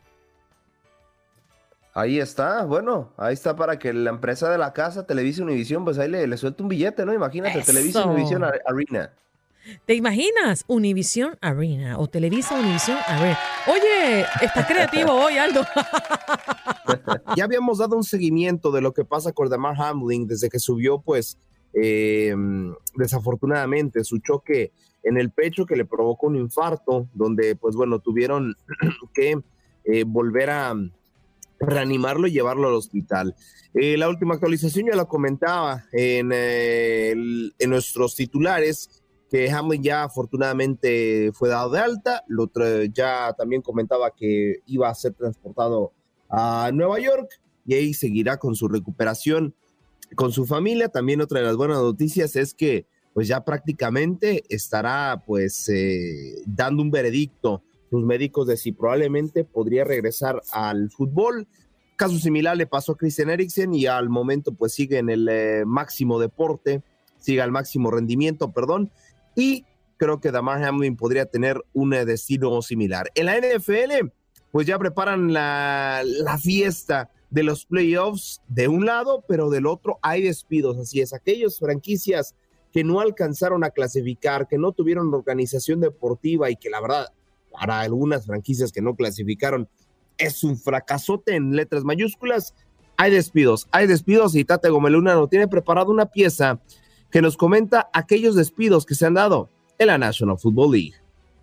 Ahí está, bueno, ahí está para que la empresa de la casa, Televisa Univisión, pues ahí le, le suelte un billete, ¿no? Imagínate, Eso. Televisa Univisión Arena. ¿Te imaginas? Univision Arena o Televisa Univision Arena. Oye, estás creativo hoy, Aldo. ya habíamos dado un seguimiento de lo que pasa con Damar Hamlin desde que subió, pues, eh, desafortunadamente, su choque en el pecho que le provocó un infarto, donde, pues, bueno, tuvieron que eh, volver a reanimarlo y llevarlo al hospital. Eh, la última actualización ya lo comentaba en, eh, el, en nuestros titulares, que Hamlin ya afortunadamente fue dado de alta. Lo tra- ya también comentaba que iba a ser transportado a Nueva York y ahí seguirá con su recuperación con su familia. También otra de las buenas noticias es que pues ya prácticamente estará pues eh, dando un veredicto sus médicos de si probablemente podría regresar al fútbol. Caso similar le pasó a Christian Eriksen y al momento pues sigue en el eh, máximo deporte, sigue al máximo rendimiento, perdón, y creo que Damar Hamlin podría tener un eh, destino similar. En la N F L pues ya preparan la, la fiesta de los playoffs de un lado, pero del otro hay despidos, así es, aquellas franquicias que no alcanzaron a clasificar, que no tuvieron organización deportiva y que la verdad, para algunas franquicias que no clasificaron, es un fracasote en letras mayúsculas. Hay despidos, hay despidos y Tate Gomeluna nos tiene preparado una pieza que nos comenta aquellos despidos que se han dado en la National Football League.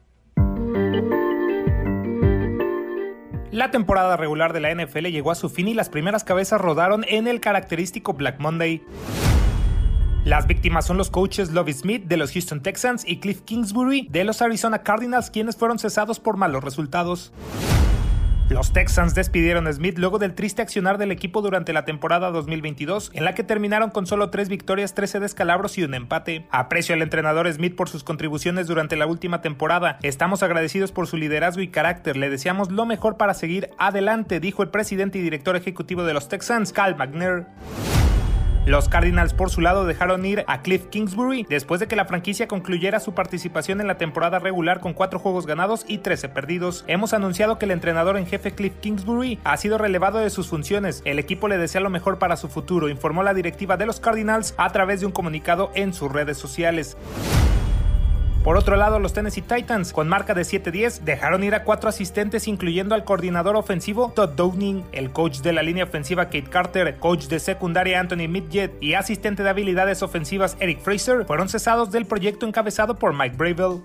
La temporada regular de la N F L llegó a su fin y las primeras cabezas rodaron en el característico Black Monday. Las víctimas son los coaches Lovie Smith de los Houston Texans y Cliff Kingsbury de los Arizona Cardinals, quienes fueron cesados por malos resultados. Los Texans despidieron a Smith luego del triste accionar del equipo durante la temporada dos mil veintidós, en la que terminaron con solo tres victorias, trece descalabros y un empate. Aprecio al entrenador Smith por sus contribuciones durante la última temporada. Estamos agradecidos por su liderazgo y carácter. Le deseamos lo mejor para seguir adelante, dijo el presidente y director ejecutivo de los Texans, Cal McNair. Los Cardinals, por su lado, dejaron ir a Cliff Kingsbury después de que la franquicia concluyera su participación en la temporada regular con cuatro juegos ganados y trece perdidos. Hemos anunciado que el entrenador en jefe Cliff Kingsbury ha sido relevado de sus funciones. El equipo le desea lo mejor para su futuro, informó la directiva de los Cardinals a través de un comunicado en sus redes sociales. Por otro lado, los Tennessee Titans, con marca de siete diez, dejaron ir a cuatro asistentes, incluyendo al coordinador ofensivo Todd Downing, el coach de la línea ofensiva Kate Carter, coach de secundaria Anthony Midget y asistente de habilidades ofensivas Eric Fraser, fueron cesados del proyecto encabezado por Mike Bravel.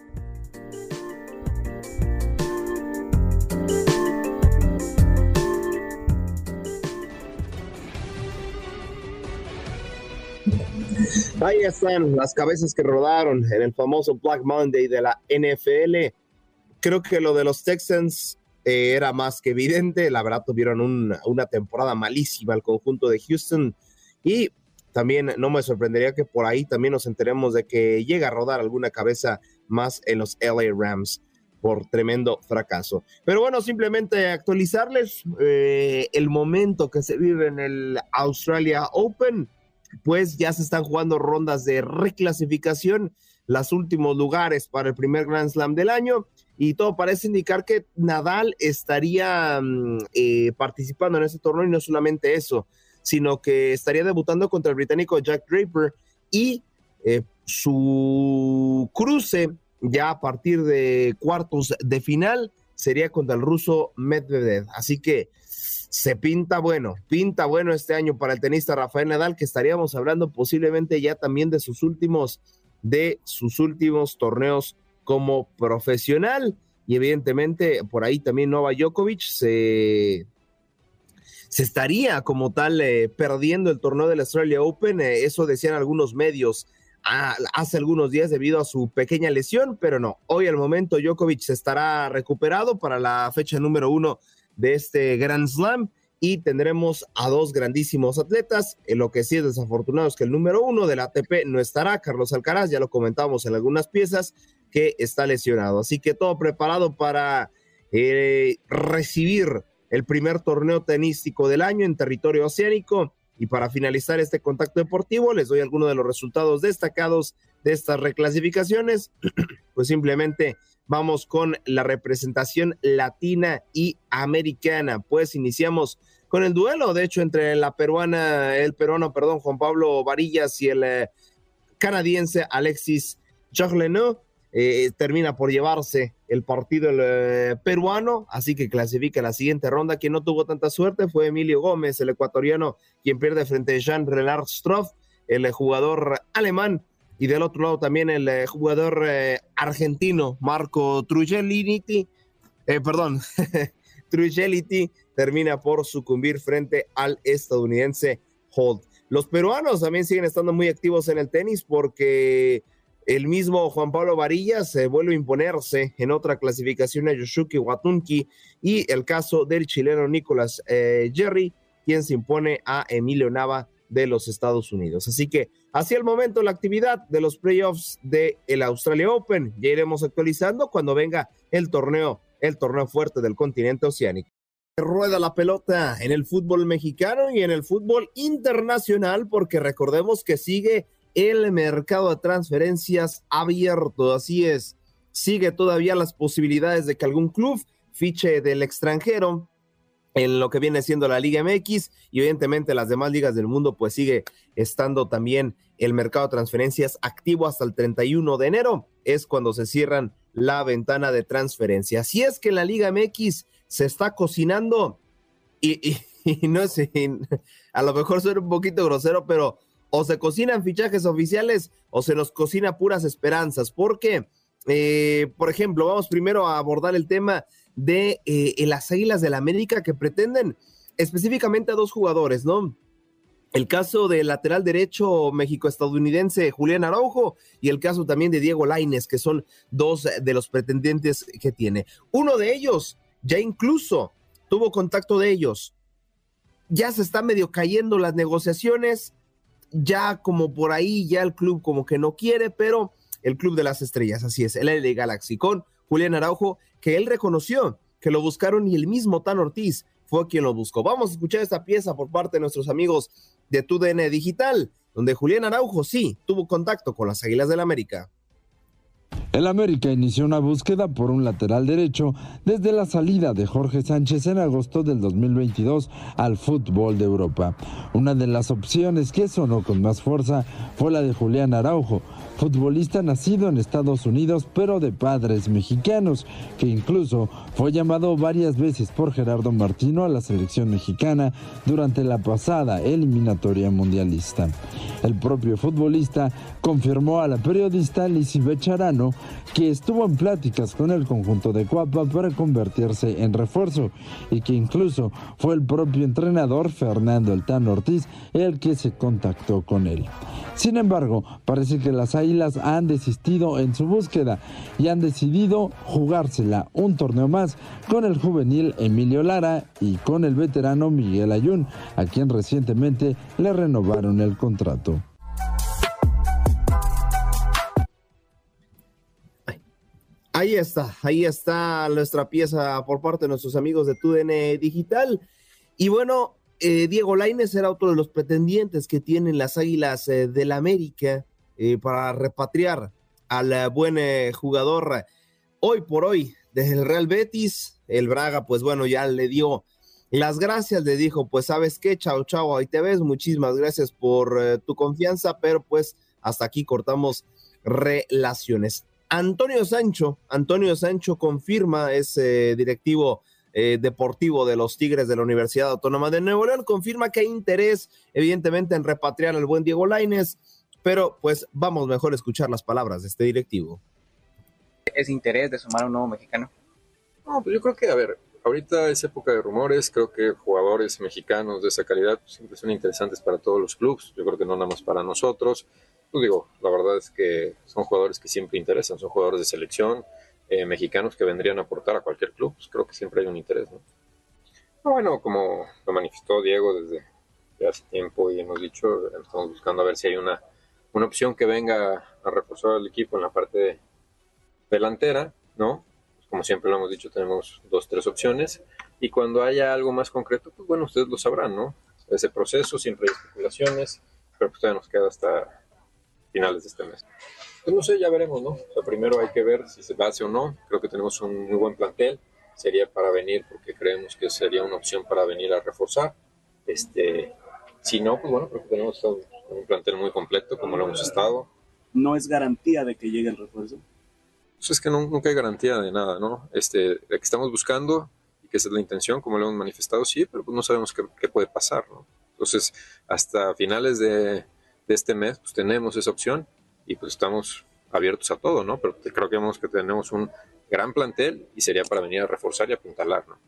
Ahí están las cabezas que rodaron en el famoso Black Monday de la N F L. Creo que lo de los Texans eh, era más que evidente. La verdad tuvieron un, una temporada malísima el conjunto de Houston y también no me sorprendería que por ahí también nos enteremos de que llega a rodar alguna cabeza más en los L A Rams por tremendo fracaso. Pero bueno, simplemente actualizarles eh, el momento que se vive en el Australia Open. Pues ya se están jugando rondas de reclasificación, los últimos lugares para el primer Grand Slam del año, y todo parece indicar que Nadal estaría eh, participando en este torneo, y no solamente eso, sino que estaría debutando contra el británico Jack Draper, y eh, su cruce ya a partir de cuartos de final sería contra el ruso Medvedev, así que se pinta bueno, pinta bueno este año para el tenista Rafael Nadal, que estaríamos hablando posiblemente ya también de sus últimos, de sus últimos torneos como profesional, y evidentemente por ahí también Novak Djokovic se, se estaría como tal eh, perdiendo el torneo del Australia Open, eh, eso decían algunos medios a, hace algunos días debido a su pequeña lesión, pero no, hoy al momento Djokovic se estará recuperado para la fecha número uno de este Grand Slam, y tendremos a dos grandísimos atletas. En lo que sí es desafortunado es que el número uno del A T P no estará, Carlos Alcaraz, ya lo comentábamos en algunas piezas, que está lesionado, así que todo preparado para eh, recibir el primer torneo tenístico del año en territorio oceánico. Y para finalizar este contacto deportivo, les doy algunos de los resultados destacados de estas reclasificaciones. Pues simplemente vamos con la representación latina y americana. Pues iniciamos con el duelo, de hecho, entre la peruana, el peruano, perdón, Juan Pablo Varillas y el eh, canadiense Alexis Joglenot. Eh, termina por llevarse el partido el, eh, peruano, así que clasifica a la siguiente ronda. Quien no tuvo tanta suerte fue Emilio Gómez, el ecuatoriano, quien pierde frente a Jean-Renard Stroff, el eh, jugador alemán, y del otro lado también el eh, jugador eh, argentino, Marco Trujelliti, eh, perdón, Trujelliti, termina por sucumbir frente al estadounidense Holt. Los peruanos también siguen estando muy activos en el tenis porque el mismo Juan Pablo Varillas se eh, vuelve a imponerse en otra clasificación a Yoshiki Watunki, y el caso del chileno Nicolás eh, Jerry, quien se impone a Emilio Nava de los Estados Unidos. Así que hacia el momento la actividad de los playoffs del Australia Open, ya iremos actualizando cuando venga el torneo, el torneo fuerte del continente oceánico. Rueda la pelota en el fútbol mexicano y en el fútbol internacional, porque recordemos que sigue el mercado de transferencias abierto. Así es, sigue todavía las posibilidades de que algún club fiche del extranjero en lo que viene siendo la Liga M X, y evidentemente las demás ligas del mundo, pues sigue estando también el mercado de transferencias activo hasta el treinta y uno de enero, es cuando se cierran la ventana de transferencia. Así es que en la Liga M X se está cocinando, y, y, y no sé, a lo mejor soy un poquito grosero, pero o se cocinan fichajes oficiales o se nos cocina puras esperanzas, porque, eh, por ejemplo, vamos primero a abordar el tema de eh, las Águilas del América, que pretenden específicamente a dos jugadores, ¿no? El caso del lateral derecho México-estadounidense Julián Araujo, y el caso también de Diego Lainez, que son dos de los pretendientes que tiene. Uno de ellos ya incluso tuvo contacto de ellos, ya se está medio cayendo las negociaciones, ya como por ahí ya el club como que no quiere, pero el club de las estrellas, así es, el L A Galaxy con Julián Araujo, que él reconoció que lo buscaron y el mismo Tan Ortiz fue quien lo buscó. Vamos a escuchar esta pieza por parte de nuestros amigos de T U D N Digital, donde Julián Araujo sí tuvo contacto con las Águilas del América. El América inició una búsqueda por un lateral derecho desde la salida de Jorge Sánchez en agosto del dos mil veintidós al fútbol de Europa. Una de las opciones que sonó con más fuerza fue la de Julián Araujo, futbolista nacido en Estados Unidos pero de padres mexicanos, que incluso fue llamado varias veces por Gerardo Martino a la selección mexicana durante la pasada eliminatoria mundialista. El propio futbolista confirmó a la periodista Lizzy Becharano que estuvo en pláticas con el conjunto de Cuapa para convertirse en refuerzo, y que incluso fue el propio entrenador Fernando El Tan Ortiz el que se contactó con él. Sin embargo, parece que las Águilas han desistido en su búsqueda y han decidido jugársela un torneo más con el juvenil Emilio Lara y con el veterano Miguel Ayun, a quien recientemente le renovaron el contrato. Ahí está, ahí está nuestra pieza por parte de nuestros amigos de T U D N Digital. Y bueno, eh, Diego Lainez era otro de los pretendientes que tienen las Águilas eh, del América eh, para repatriar al eh, buen eh, jugador hoy por hoy desde el Real Betis. El Braga, pues bueno, ya le dio las gracias, le dijo, pues sabes qué, chao, chao, ahí te ves, muchísimas gracias por eh, tu confianza, pero pues hasta aquí cortamos relaciones. Antonio Sancho, Antonio Sancho confirma, es eh, directivo eh, deportivo de los Tigres de la Universidad Autónoma de Nuevo León, confirma que hay interés, evidentemente, en repatriar al buen Diego Lainez, pero pues vamos mejor a escuchar las palabras de este directivo. ¿Es interés de sumar a un nuevo mexicano? No, pues yo creo que, a ver, ahorita es época de rumores, creo que jugadores mexicanos de esa calidad pues, siempre son interesantes para todos los clubes, yo creo que no nada más para nosotros. Pues digo, la verdad es que son jugadores que siempre interesan, son jugadores de selección, eh, mexicanos que vendrían a aportar a cualquier club, pues creo que siempre hay un interés, ¿no? Bueno, como lo manifestó Diego desde hace tiempo y hemos dicho, estamos buscando a ver si hay una, una opción que venga a reforzar al equipo en la parte delantera, ¿no? Pues como siempre lo hemos dicho, tenemos dos, tres opciones, y cuando haya algo más concreto, pues bueno, ustedes lo sabrán, ¿no? Ese proceso, siempre hay especulaciones, pero pues todavía nos queda hasta finales de este mes. Pues no sé, ya veremos, ¿no? O sea, primero hay que ver si se hace o no. Creo que tenemos un muy buen plantel. Sería para venir porque creemos que sería una opción para venir a reforzar. Este, si no, pues bueno, creo que tenemos un, un plantel muy completo como lo hemos estado. ¿No es garantía de que llegue el refuerzo? Pues es que no, nunca hay garantía de nada, ¿no? Este, la que estamos buscando, y que esa es la intención, como lo hemos manifestado, sí, pero pues no sabemos qué, qué puede pasar, ¿no? Entonces, hasta finales de, de este mes, pues tenemos esa opción y pues estamos abiertos a todo, ¿no? Pero creo que vemos que tenemos un gran plantel y sería para venir a reforzar y apuntalar, ¿no?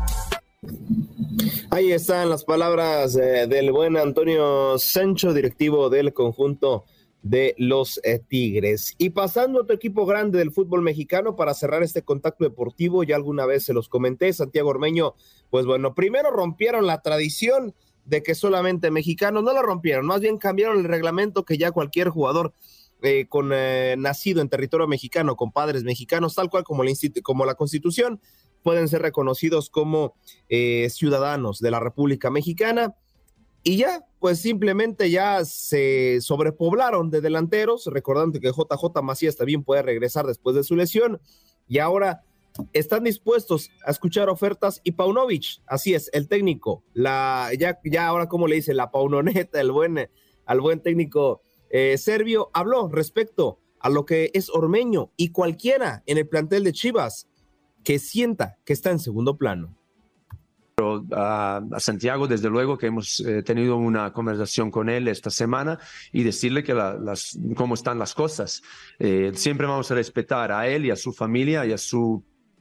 Ahí están las palabras eh, del buen Antonio Sancho, directivo del conjunto de los eh, Tigres. Y pasando a otro equipo grande del fútbol mexicano, para cerrar este contacto deportivo, ya alguna vez se los comenté, Santiago Ormeño, pues bueno, primero rompieron la tradición de que solamente mexicanos, no la rompieron, más bien cambiaron el reglamento, que ya cualquier jugador eh, con eh, nacido en territorio mexicano, con padres mexicanos, tal cual como la, como la Constitución, pueden ser reconocidos como eh, ciudadanos de la República Mexicana. Y ya, pues simplemente ya se sobrepoblaron de delanteros, recordando que J J Macías también puede regresar después de su lesión, y ahora están dispuestos a escuchar ofertas, y Paunovic, así es, el técnico, la ya, ya ahora como le dice, la paunoneta, el buen, al buen técnico eh, serbio, habló respecto a lo que es Ormeño y cualquiera en el plantel de Chivas que sienta que está en segundo plano. Pero, uh, a Santiago, desde luego que hemos eh, tenido una conversación con él esta semana y decirle que la, las, cómo están las cosas. Eh, siempre vamos a respetar a él y a su familia y a su,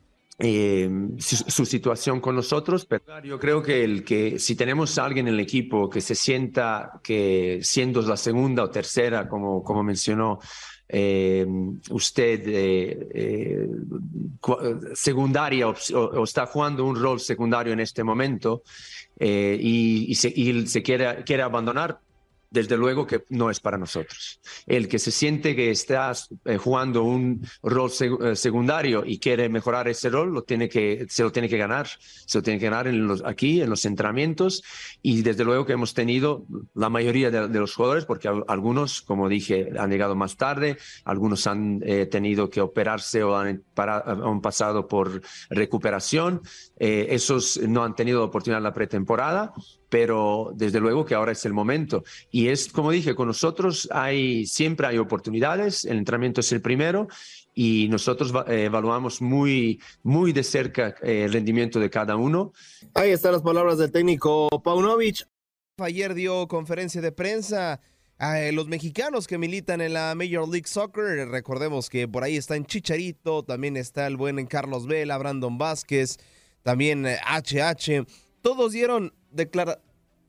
eh, su, su situación con nosotros, pero yo creo que, el, que si tenemos a alguien en el equipo que se sienta que siendo la segunda o tercera, como, como mencionó Eh, usted eh, eh, secundaria o, o está jugando un rol secundario en este momento eh, y, y, se, y se quiere, quiere abandonar, desde luego que no es para nosotros. El que se siente que está eh, jugando un rol seg eh, secundario y quiere mejorar ese rol, lo tiene que, se lo tiene que ganar, se lo tiene que ganar en los, aquí en los entrenamientos, y desde luego que hemos tenido la mayoría de, de los jugadores, porque algunos, como dije, han llegado más tarde, algunos han eh, tenido que operarse o han, para, han pasado por recuperación, eh, esos no han tenido oportunidad en la pretemporada, pero desde luego que ahora es el momento. Y es, como dije, con nosotros hay, siempre hay oportunidades, el entrenamiento es el primero y nosotros eh, evaluamos muy, muy de cerca eh, el rendimiento de cada uno. Ahí están las palabras del técnico Paunovic. Ayer dio conferencia de prensa a eh, los mexicanos que militan en la Major League Soccer. Recordemos que por ahí está en Chicharito, también está el buen Carlos Vela, Brandon Vázquez, también eh, H H. Todos dieron declara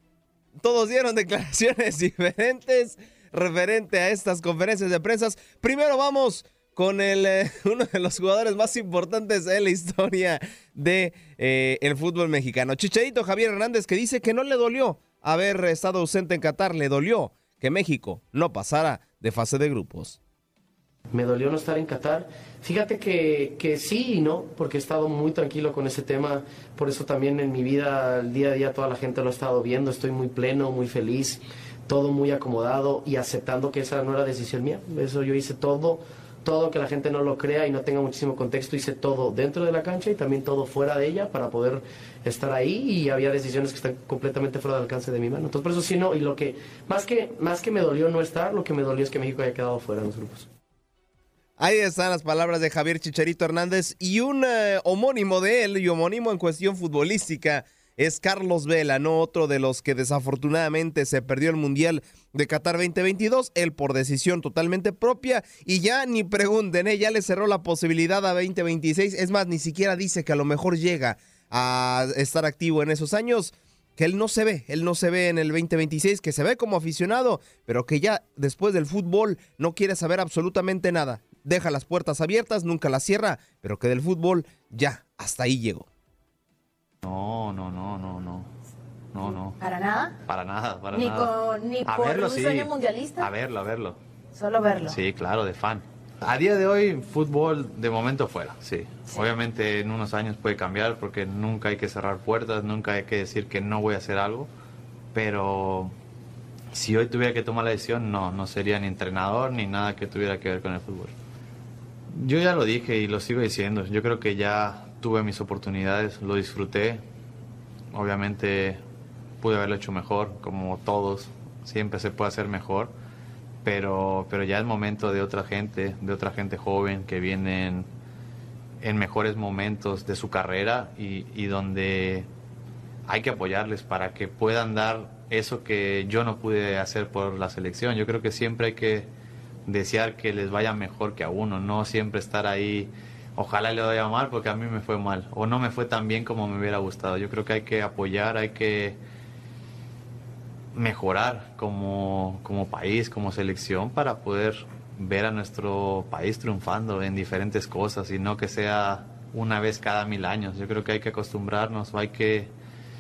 Todos dieron declaraciones diferentes referente a estas conferencias de prensa. Primero vamos con el, eh, uno de los jugadores más importantes en la historia de eh, el fútbol mexicano, Chicharito Javier Hernández, que dice que no le dolió haber estado ausente en Qatar, le dolió que México no pasara de fase de grupos. Me dolió no estar en Qatar. Fíjate que, que sí y no, porque he estado muy tranquilo con ese tema. Por eso también en mi vida, el día a día, toda la gente lo ha estado viendo. Estoy muy pleno, muy feliz, todo muy acomodado y aceptando que esa no era decisión mía. Eso yo hice todo, todo que la gente no lo crea y no tenga muchísimo contexto. Hice todo dentro de la cancha y también todo fuera de ella para poder estar ahí, y había decisiones que están completamente fuera del alcance de mi mano. Entonces por eso sí no, y lo que más que, más que me dolió no estar, lo que me dolió es que México haya quedado fuera de los grupos. Ahí están las palabras de Javier Chicharito Hernández, y un uh, homónimo de él, y homónimo en cuestión futbolística, es Carlos Vela, no otro de los que desafortunadamente se perdió el Mundial de Qatar veinte veintidós, él por decisión totalmente propia, y ya ni pregunten, ¿eh? Ya le cerró la posibilidad a veinte veintiséis, es más, ni siquiera dice que a lo mejor llega a estar activo en esos años, que él no se ve, él no se ve en el veinte veintiséis, que se ve como aficionado, pero que ya después del fútbol no quiere saber absolutamente nada. Deja las puertas abiertas, nunca las cierra, pero que del fútbol ya hasta ahí llegó. No, no, no, no, no. No, no. ¿Para nada? Para nada, para ¿Ni nada. Con, ¿Ni a por verlo, un sí. sueño mundialista? A verlo, a verlo. Solo verlo. Sí, claro, de fan. A día de hoy, fútbol de momento fuera, sí. sí. Obviamente en unos años puede cambiar porque nunca hay que cerrar puertas, nunca hay que decir que no voy a hacer algo, pero si hoy tuviera que tomar la decisión, no, no sería ni entrenador ni nada que tuviera que ver con el fútbol. Yo ya lo dije y lo sigo diciendo, yo creo que ya tuve mis oportunidades, lo disfruté, obviamente pude haberlo hecho mejor, como todos, siempre se puede hacer mejor, pero, pero ya es momento de otra gente, de otra gente joven que vienen en mejores momentos de su carrera y, y donde hay que apoyarles para que puedan dar eso que yo no pude hacer por la selección. Yo creo que siempre hay que desear que les vaya mejor que a uno, no siempre estar ahí, ojalá le vaya mal porque a mí me fue mal o no me fue tan bien como me hubiera gustado. Yo creo que hay que apoyar, hay que mejorar como, como país, como selección para poder ver a nuestro país triunfando en diferentes cosas y no que sea una vez cada mil años. Yo creo que hay que acostumbrarnos, hay que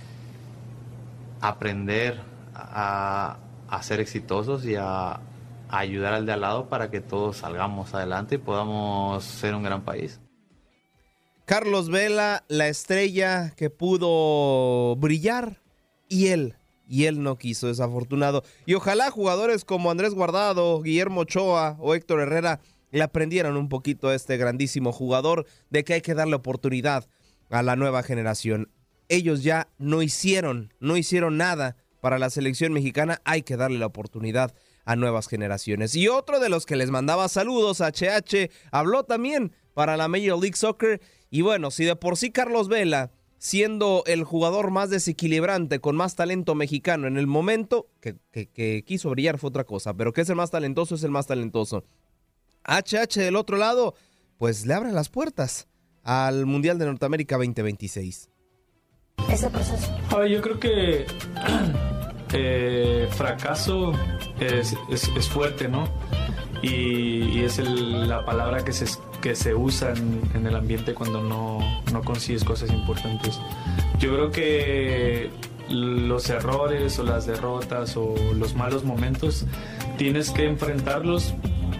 aprender a, a ser exitosos y a, a ayudar al de al lado para que todos salgamos adelante y podamos ser un gran país. Carlos Vela, la estrella que pudo brillar, y él, y él no quiso, desafortunado. Y ojalá jugadores como Andrés Guardado, Guillermo Ochoa o Héctor Herrera le aprendieran un poquito a este grandísimo jugador de que hay que darle oportunidad a la nueva generación. Ellos ya no hicieron, no hicieron nada para la selección mexicana, hay que darle la oportunidad a nuevas generaciones. Y otro de los que les mandaba saludos, H H, habló también para la Major League Soccer. Y bueno, si de por sí Carlos Vela, siendo el jugador más desequilibrante, con más talento mexicano en el momento, que, que, que quiso brillar fue otra cosa, pero que es el más talentoso, es el más talentoso. H H del otro lado, pues le abre las puertas al Mundial de Norteamérica veinte veintiséis. Ese proceso. A ver, yo creo que eh, fracaso es, es, es fuerte, ¿no? Y, y es el, la palabra que se, que se usa en, en el ambiente cuando no, no consigues cosas importantes. Yo creo que los errores o las derrotas o los malos momentos tienes que enfrentarlos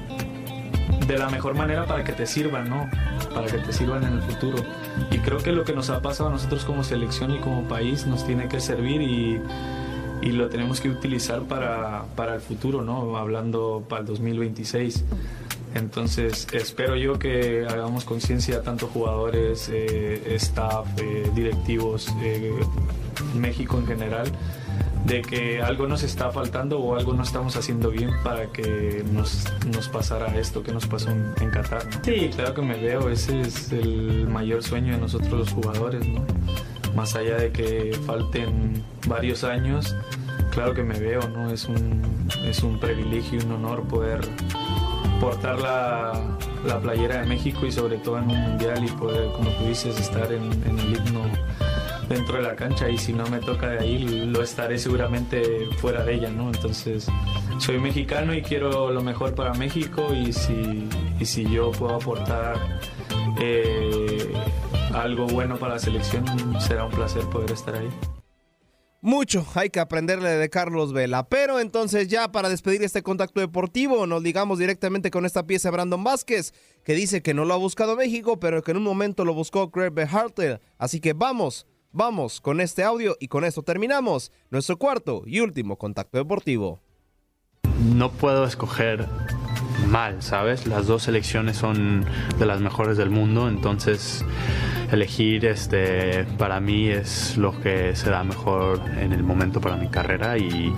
de la mejor manera para que te sirvan, ¿no? Para que te sirvan en el futuro. Y creo que lo que nos ha pasado a nosotros como selección y como país nos tiene que servir y, y lo tenemos que utilizar para, para el futuro, ¿no? Hablando para el dos mil veintiséis. Entonces espero yo que hagamos conciencia, tanto jugadores, eh, staff, eh, directivos, eh, México en general, de que algo nos está faltando o algo no estamos haciendo bien para que nos, nos pasara esto que nos pasó en, en Qatar, ¿no? Sí, claro que me veo, ese es el mayor sueño de nosotros los jugadores, ¿no? Más allá de que falten varios años, claro que me veo, ¿no? Es un, es un privilegio y un honor poder portar la, la playera de México y sobre todo en un mundial y poder, como tú dices, estar en, en el himno dentro de la cancha, y si no me toca de ahí lo estaré seguramente fuera de ella, ¿no? Entonces soy mexicano y quiero lo mejor para México, y si, y si yo puedo aportar eh, algo bueno para la selección, será un placer poder estar ahí. Mucho hay que aprenderle de Carlos Vela, pero entonces ya para despedir este contacto deportivo nos ligamos directamente con esta pieza de Brandon Vázquez, que dice que no lo ha buscado México, pero que en un momento lo buscó Greg Berhalter. Así que vamos, vamos con este audio y con esto terminamos nuestro cuarto y último contacto deportivo. No puedo escoger mal, ¿sabes? Las dos selecciones son de las mejores del mundo, entonces elegir este para mí es lo que será mejor en el momento para mi carrera, y,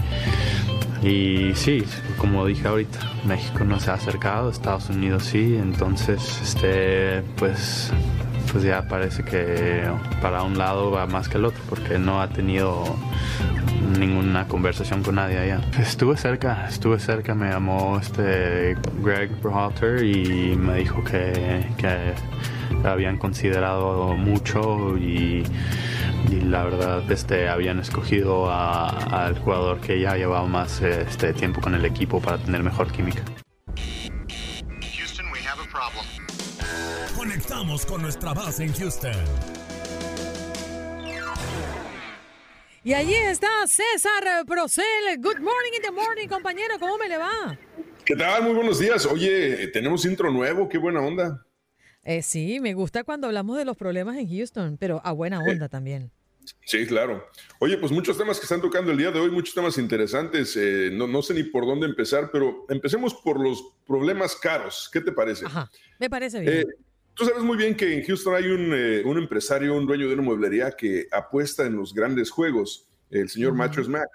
y sí, como dije ahorita, México no se ha acercado, Estados Unidos sí, entonces este pues pues ya parece que para un lado va más que el otro, porque no ha tenido ninguna conversación con nadie allá. Estuve cerca, estuve cerca, me llamó este Greg Berhalter y me dijo que, que habían considerado mucho y, y la verdad este, habían escogido al jugador que ya llevaba más este, tiempo con el equipo para tener mejor química. Houston, we have a problem. Conectamos con nuestra base en Houston. Y allí está César Procel. Good morning in the morning, compañero. ¿Cómo me le va? ¿Qué tal? Muy buenos días. Oye, tenemos intro nuevo. Qué buena onda. Eh, sí, me gusta cuando hablamos de los problemas en Houston, pero a buena onda eh, también. Sí, claro. Oye, pues muchos temas que están tocando el día de hoy, muchos temas interesantes. Eh, no, no sé ni por dónde empezar, pero empecemos por los problemas caros. ¿Qué te parece? Ajá, me parece bien. Eh, Tú sabes muy bien que en Houston hay un, eh, un empresario, un dueño de una mueblería que apuesta en los grandes juegos, el señor uh-huh. Mattress Mac.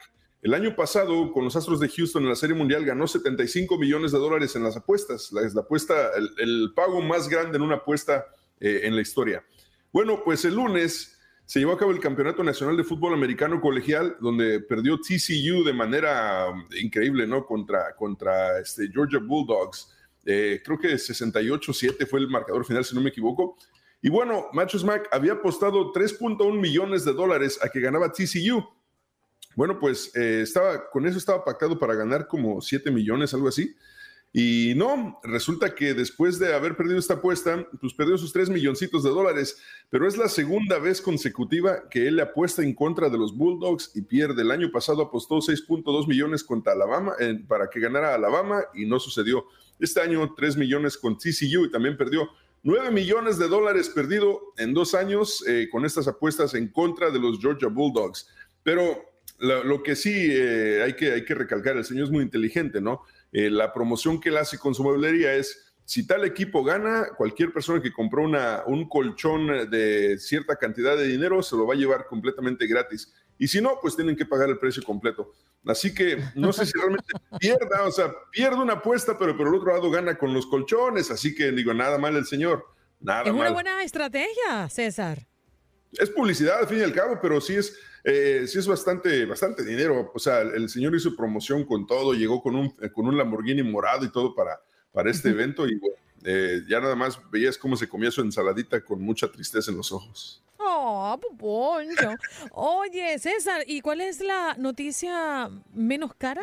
El año pasado, con los Astros de Houston en la Serie Mundial, ganó setenta y cinco millones de dólares en las apuestas. La, la apuesta, el, el pago más grande en una apuesta eh, en la historia. Bueno, pues el lunes se llevó a cabo el Campeonato Nacional de Fútbol Americano Colegial, donde perdió T C U de manera increíble, ¿no? Contra, contra este Georgia Bulldogs. Eh, creo que sesenta y ocho a siete fue el marcador final, si no me equivoco. Y bueno, Matthews Mack había apostado tres punto uno millones de dólares a que ganaba T C U. Bueno, pues eh, estaba, con eso estaba pactado para ganar como siete millones, algo así. Y no, resulta que después de haber perdido esta apuesta, pues perdió sus tres milloncitos de dólares. Pero es la segunda vez consecutiva que él le apuesta en contra de los Bulldogs y pierde. El año pasado apostó seis punto dos millones contra Alabama eh, para que ganara Alabama y no sucedió. Este año tres millones con T C U y también perdió. nueve millones de dólares perdido en dos años eh, con estas apuestas en contra de los Georgia Bulldogs. Pero Lo, lo que sí eh, hay, que, hay que recalcar, el señor es muy inteligente, ¿no? Eh, la promoción que él hace con su mueblería es, si tal equipo gana, cualquier persona que compró una, un colchón de cierta cantidad de dinero se lo va a llevar completamente gratis. Y si no, pues tienen que pagar el precio completo. Así que no sé si realmente pierda, o sea, pierde una apuesta, pero por el otro lado gana con los colchones. Así que digo, nada mal el señor, nada mal. Es una mal. buena estrategia, César. Es publicidad al fin y al cabo, pero sí es, eh, sí es bastante, bastante dinero. O sea, el, el señor hizo promoción con todo, llegó con un, con un Lamborghini morado y todo para, para este evento y bueno, eh, ya nada más veías cómo se comía su ensaladita con mucha tristeza en los ojos. Oh, Poncho. Oye, César, ¿y cuál es la noticia menos cara?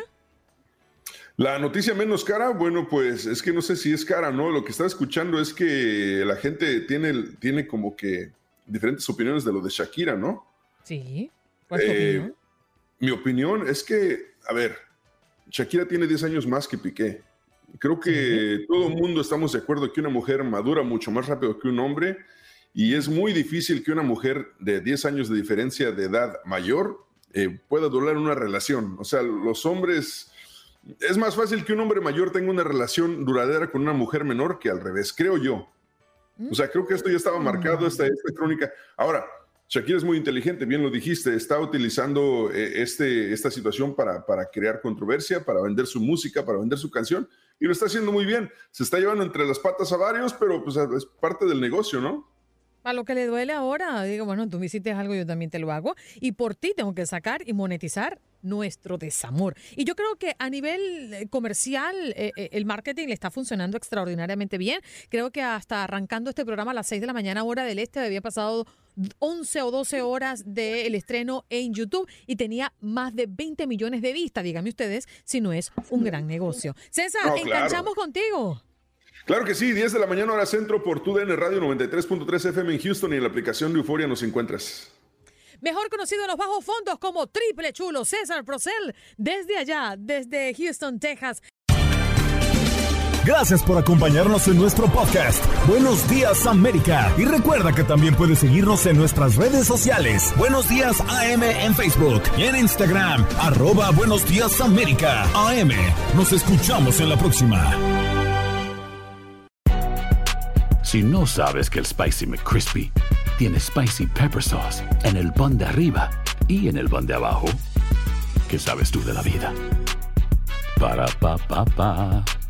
La noticia menos cara, bueno, pues es que no sé si es cara, ¿no? Lo que estaba escuchando es que la gente tiene, tiene como que diferentes opiniones de lo de Shakira, ¿no? Sí. ¿Cuál es tu Eh, opinión? Mi opinión es que, a ver, Shakira tiene diez años más que Piqué. Creo que Sí. todo el mundo estamos de acuerdo que una mujer madura mucho más rápido que un hombre y es muy difícil que una mujer de diez años de diferencia de edad mayor eh, pueda durar una relación. O sea, los hombres... Es más fácil que un hombre mayor tenga una relación duradera con una mujer menor que al revés, creo yo. O sea, creo que esto ya estaba marcado, esta, esta crónica. Ahora, Shakira es muy inteligente, bien lo dijiste, está utilizando eh, este, esta situación para, para crear controversia, para vender su música, para vender su canción, y lo está haciendo muy bien. Se está llevando entre las patas a varios, pero pues es parte del negocio, ¿no? A lo que le duele ahora, digo, bueno, tú me hiciste algo, yo también te lo hago, y por ti tengo que sacar y monetizar nuestro desamor. Y yo creo que a nivel eh, comercial eh, eh, el marketing le está funcionando extraordinariamente bien. Creo que hasta arrancando este programa a las seis de la mañana, hora del este, había pasado once o doce horas del estreno en YouTube y tenía más de veinte millones de vistas. Díganme ustedes si no es un gran negocio. César, No, claro. enganchamos contigo. Claro que sí, diez de la mañana hora centro por tu D N Radio noventa y tres punto tres F M en Houston y en la aplicación de Euforia nos encuentras. Mejor conocido en los bajos fondos como Triple Chulo, César Procel, desde allá, desde Houston, Texas. Gracias por acompañarnos en nuestro podcast. Buenos Días América. Y recuerda que también puedes seguirnos en nuestras redes sociales. Buenos Días A M en Facebook y en Instagram. Arroba Buenos Días América. A M. Nos escuchamos en la próxima. Si no sabes que el Spicy McCrispy tiene Spicy Pepper Sauce en el pan de arriba y en el pan de abajo, ¿qué sabes tú de la vida? Para, pa, pa, pa.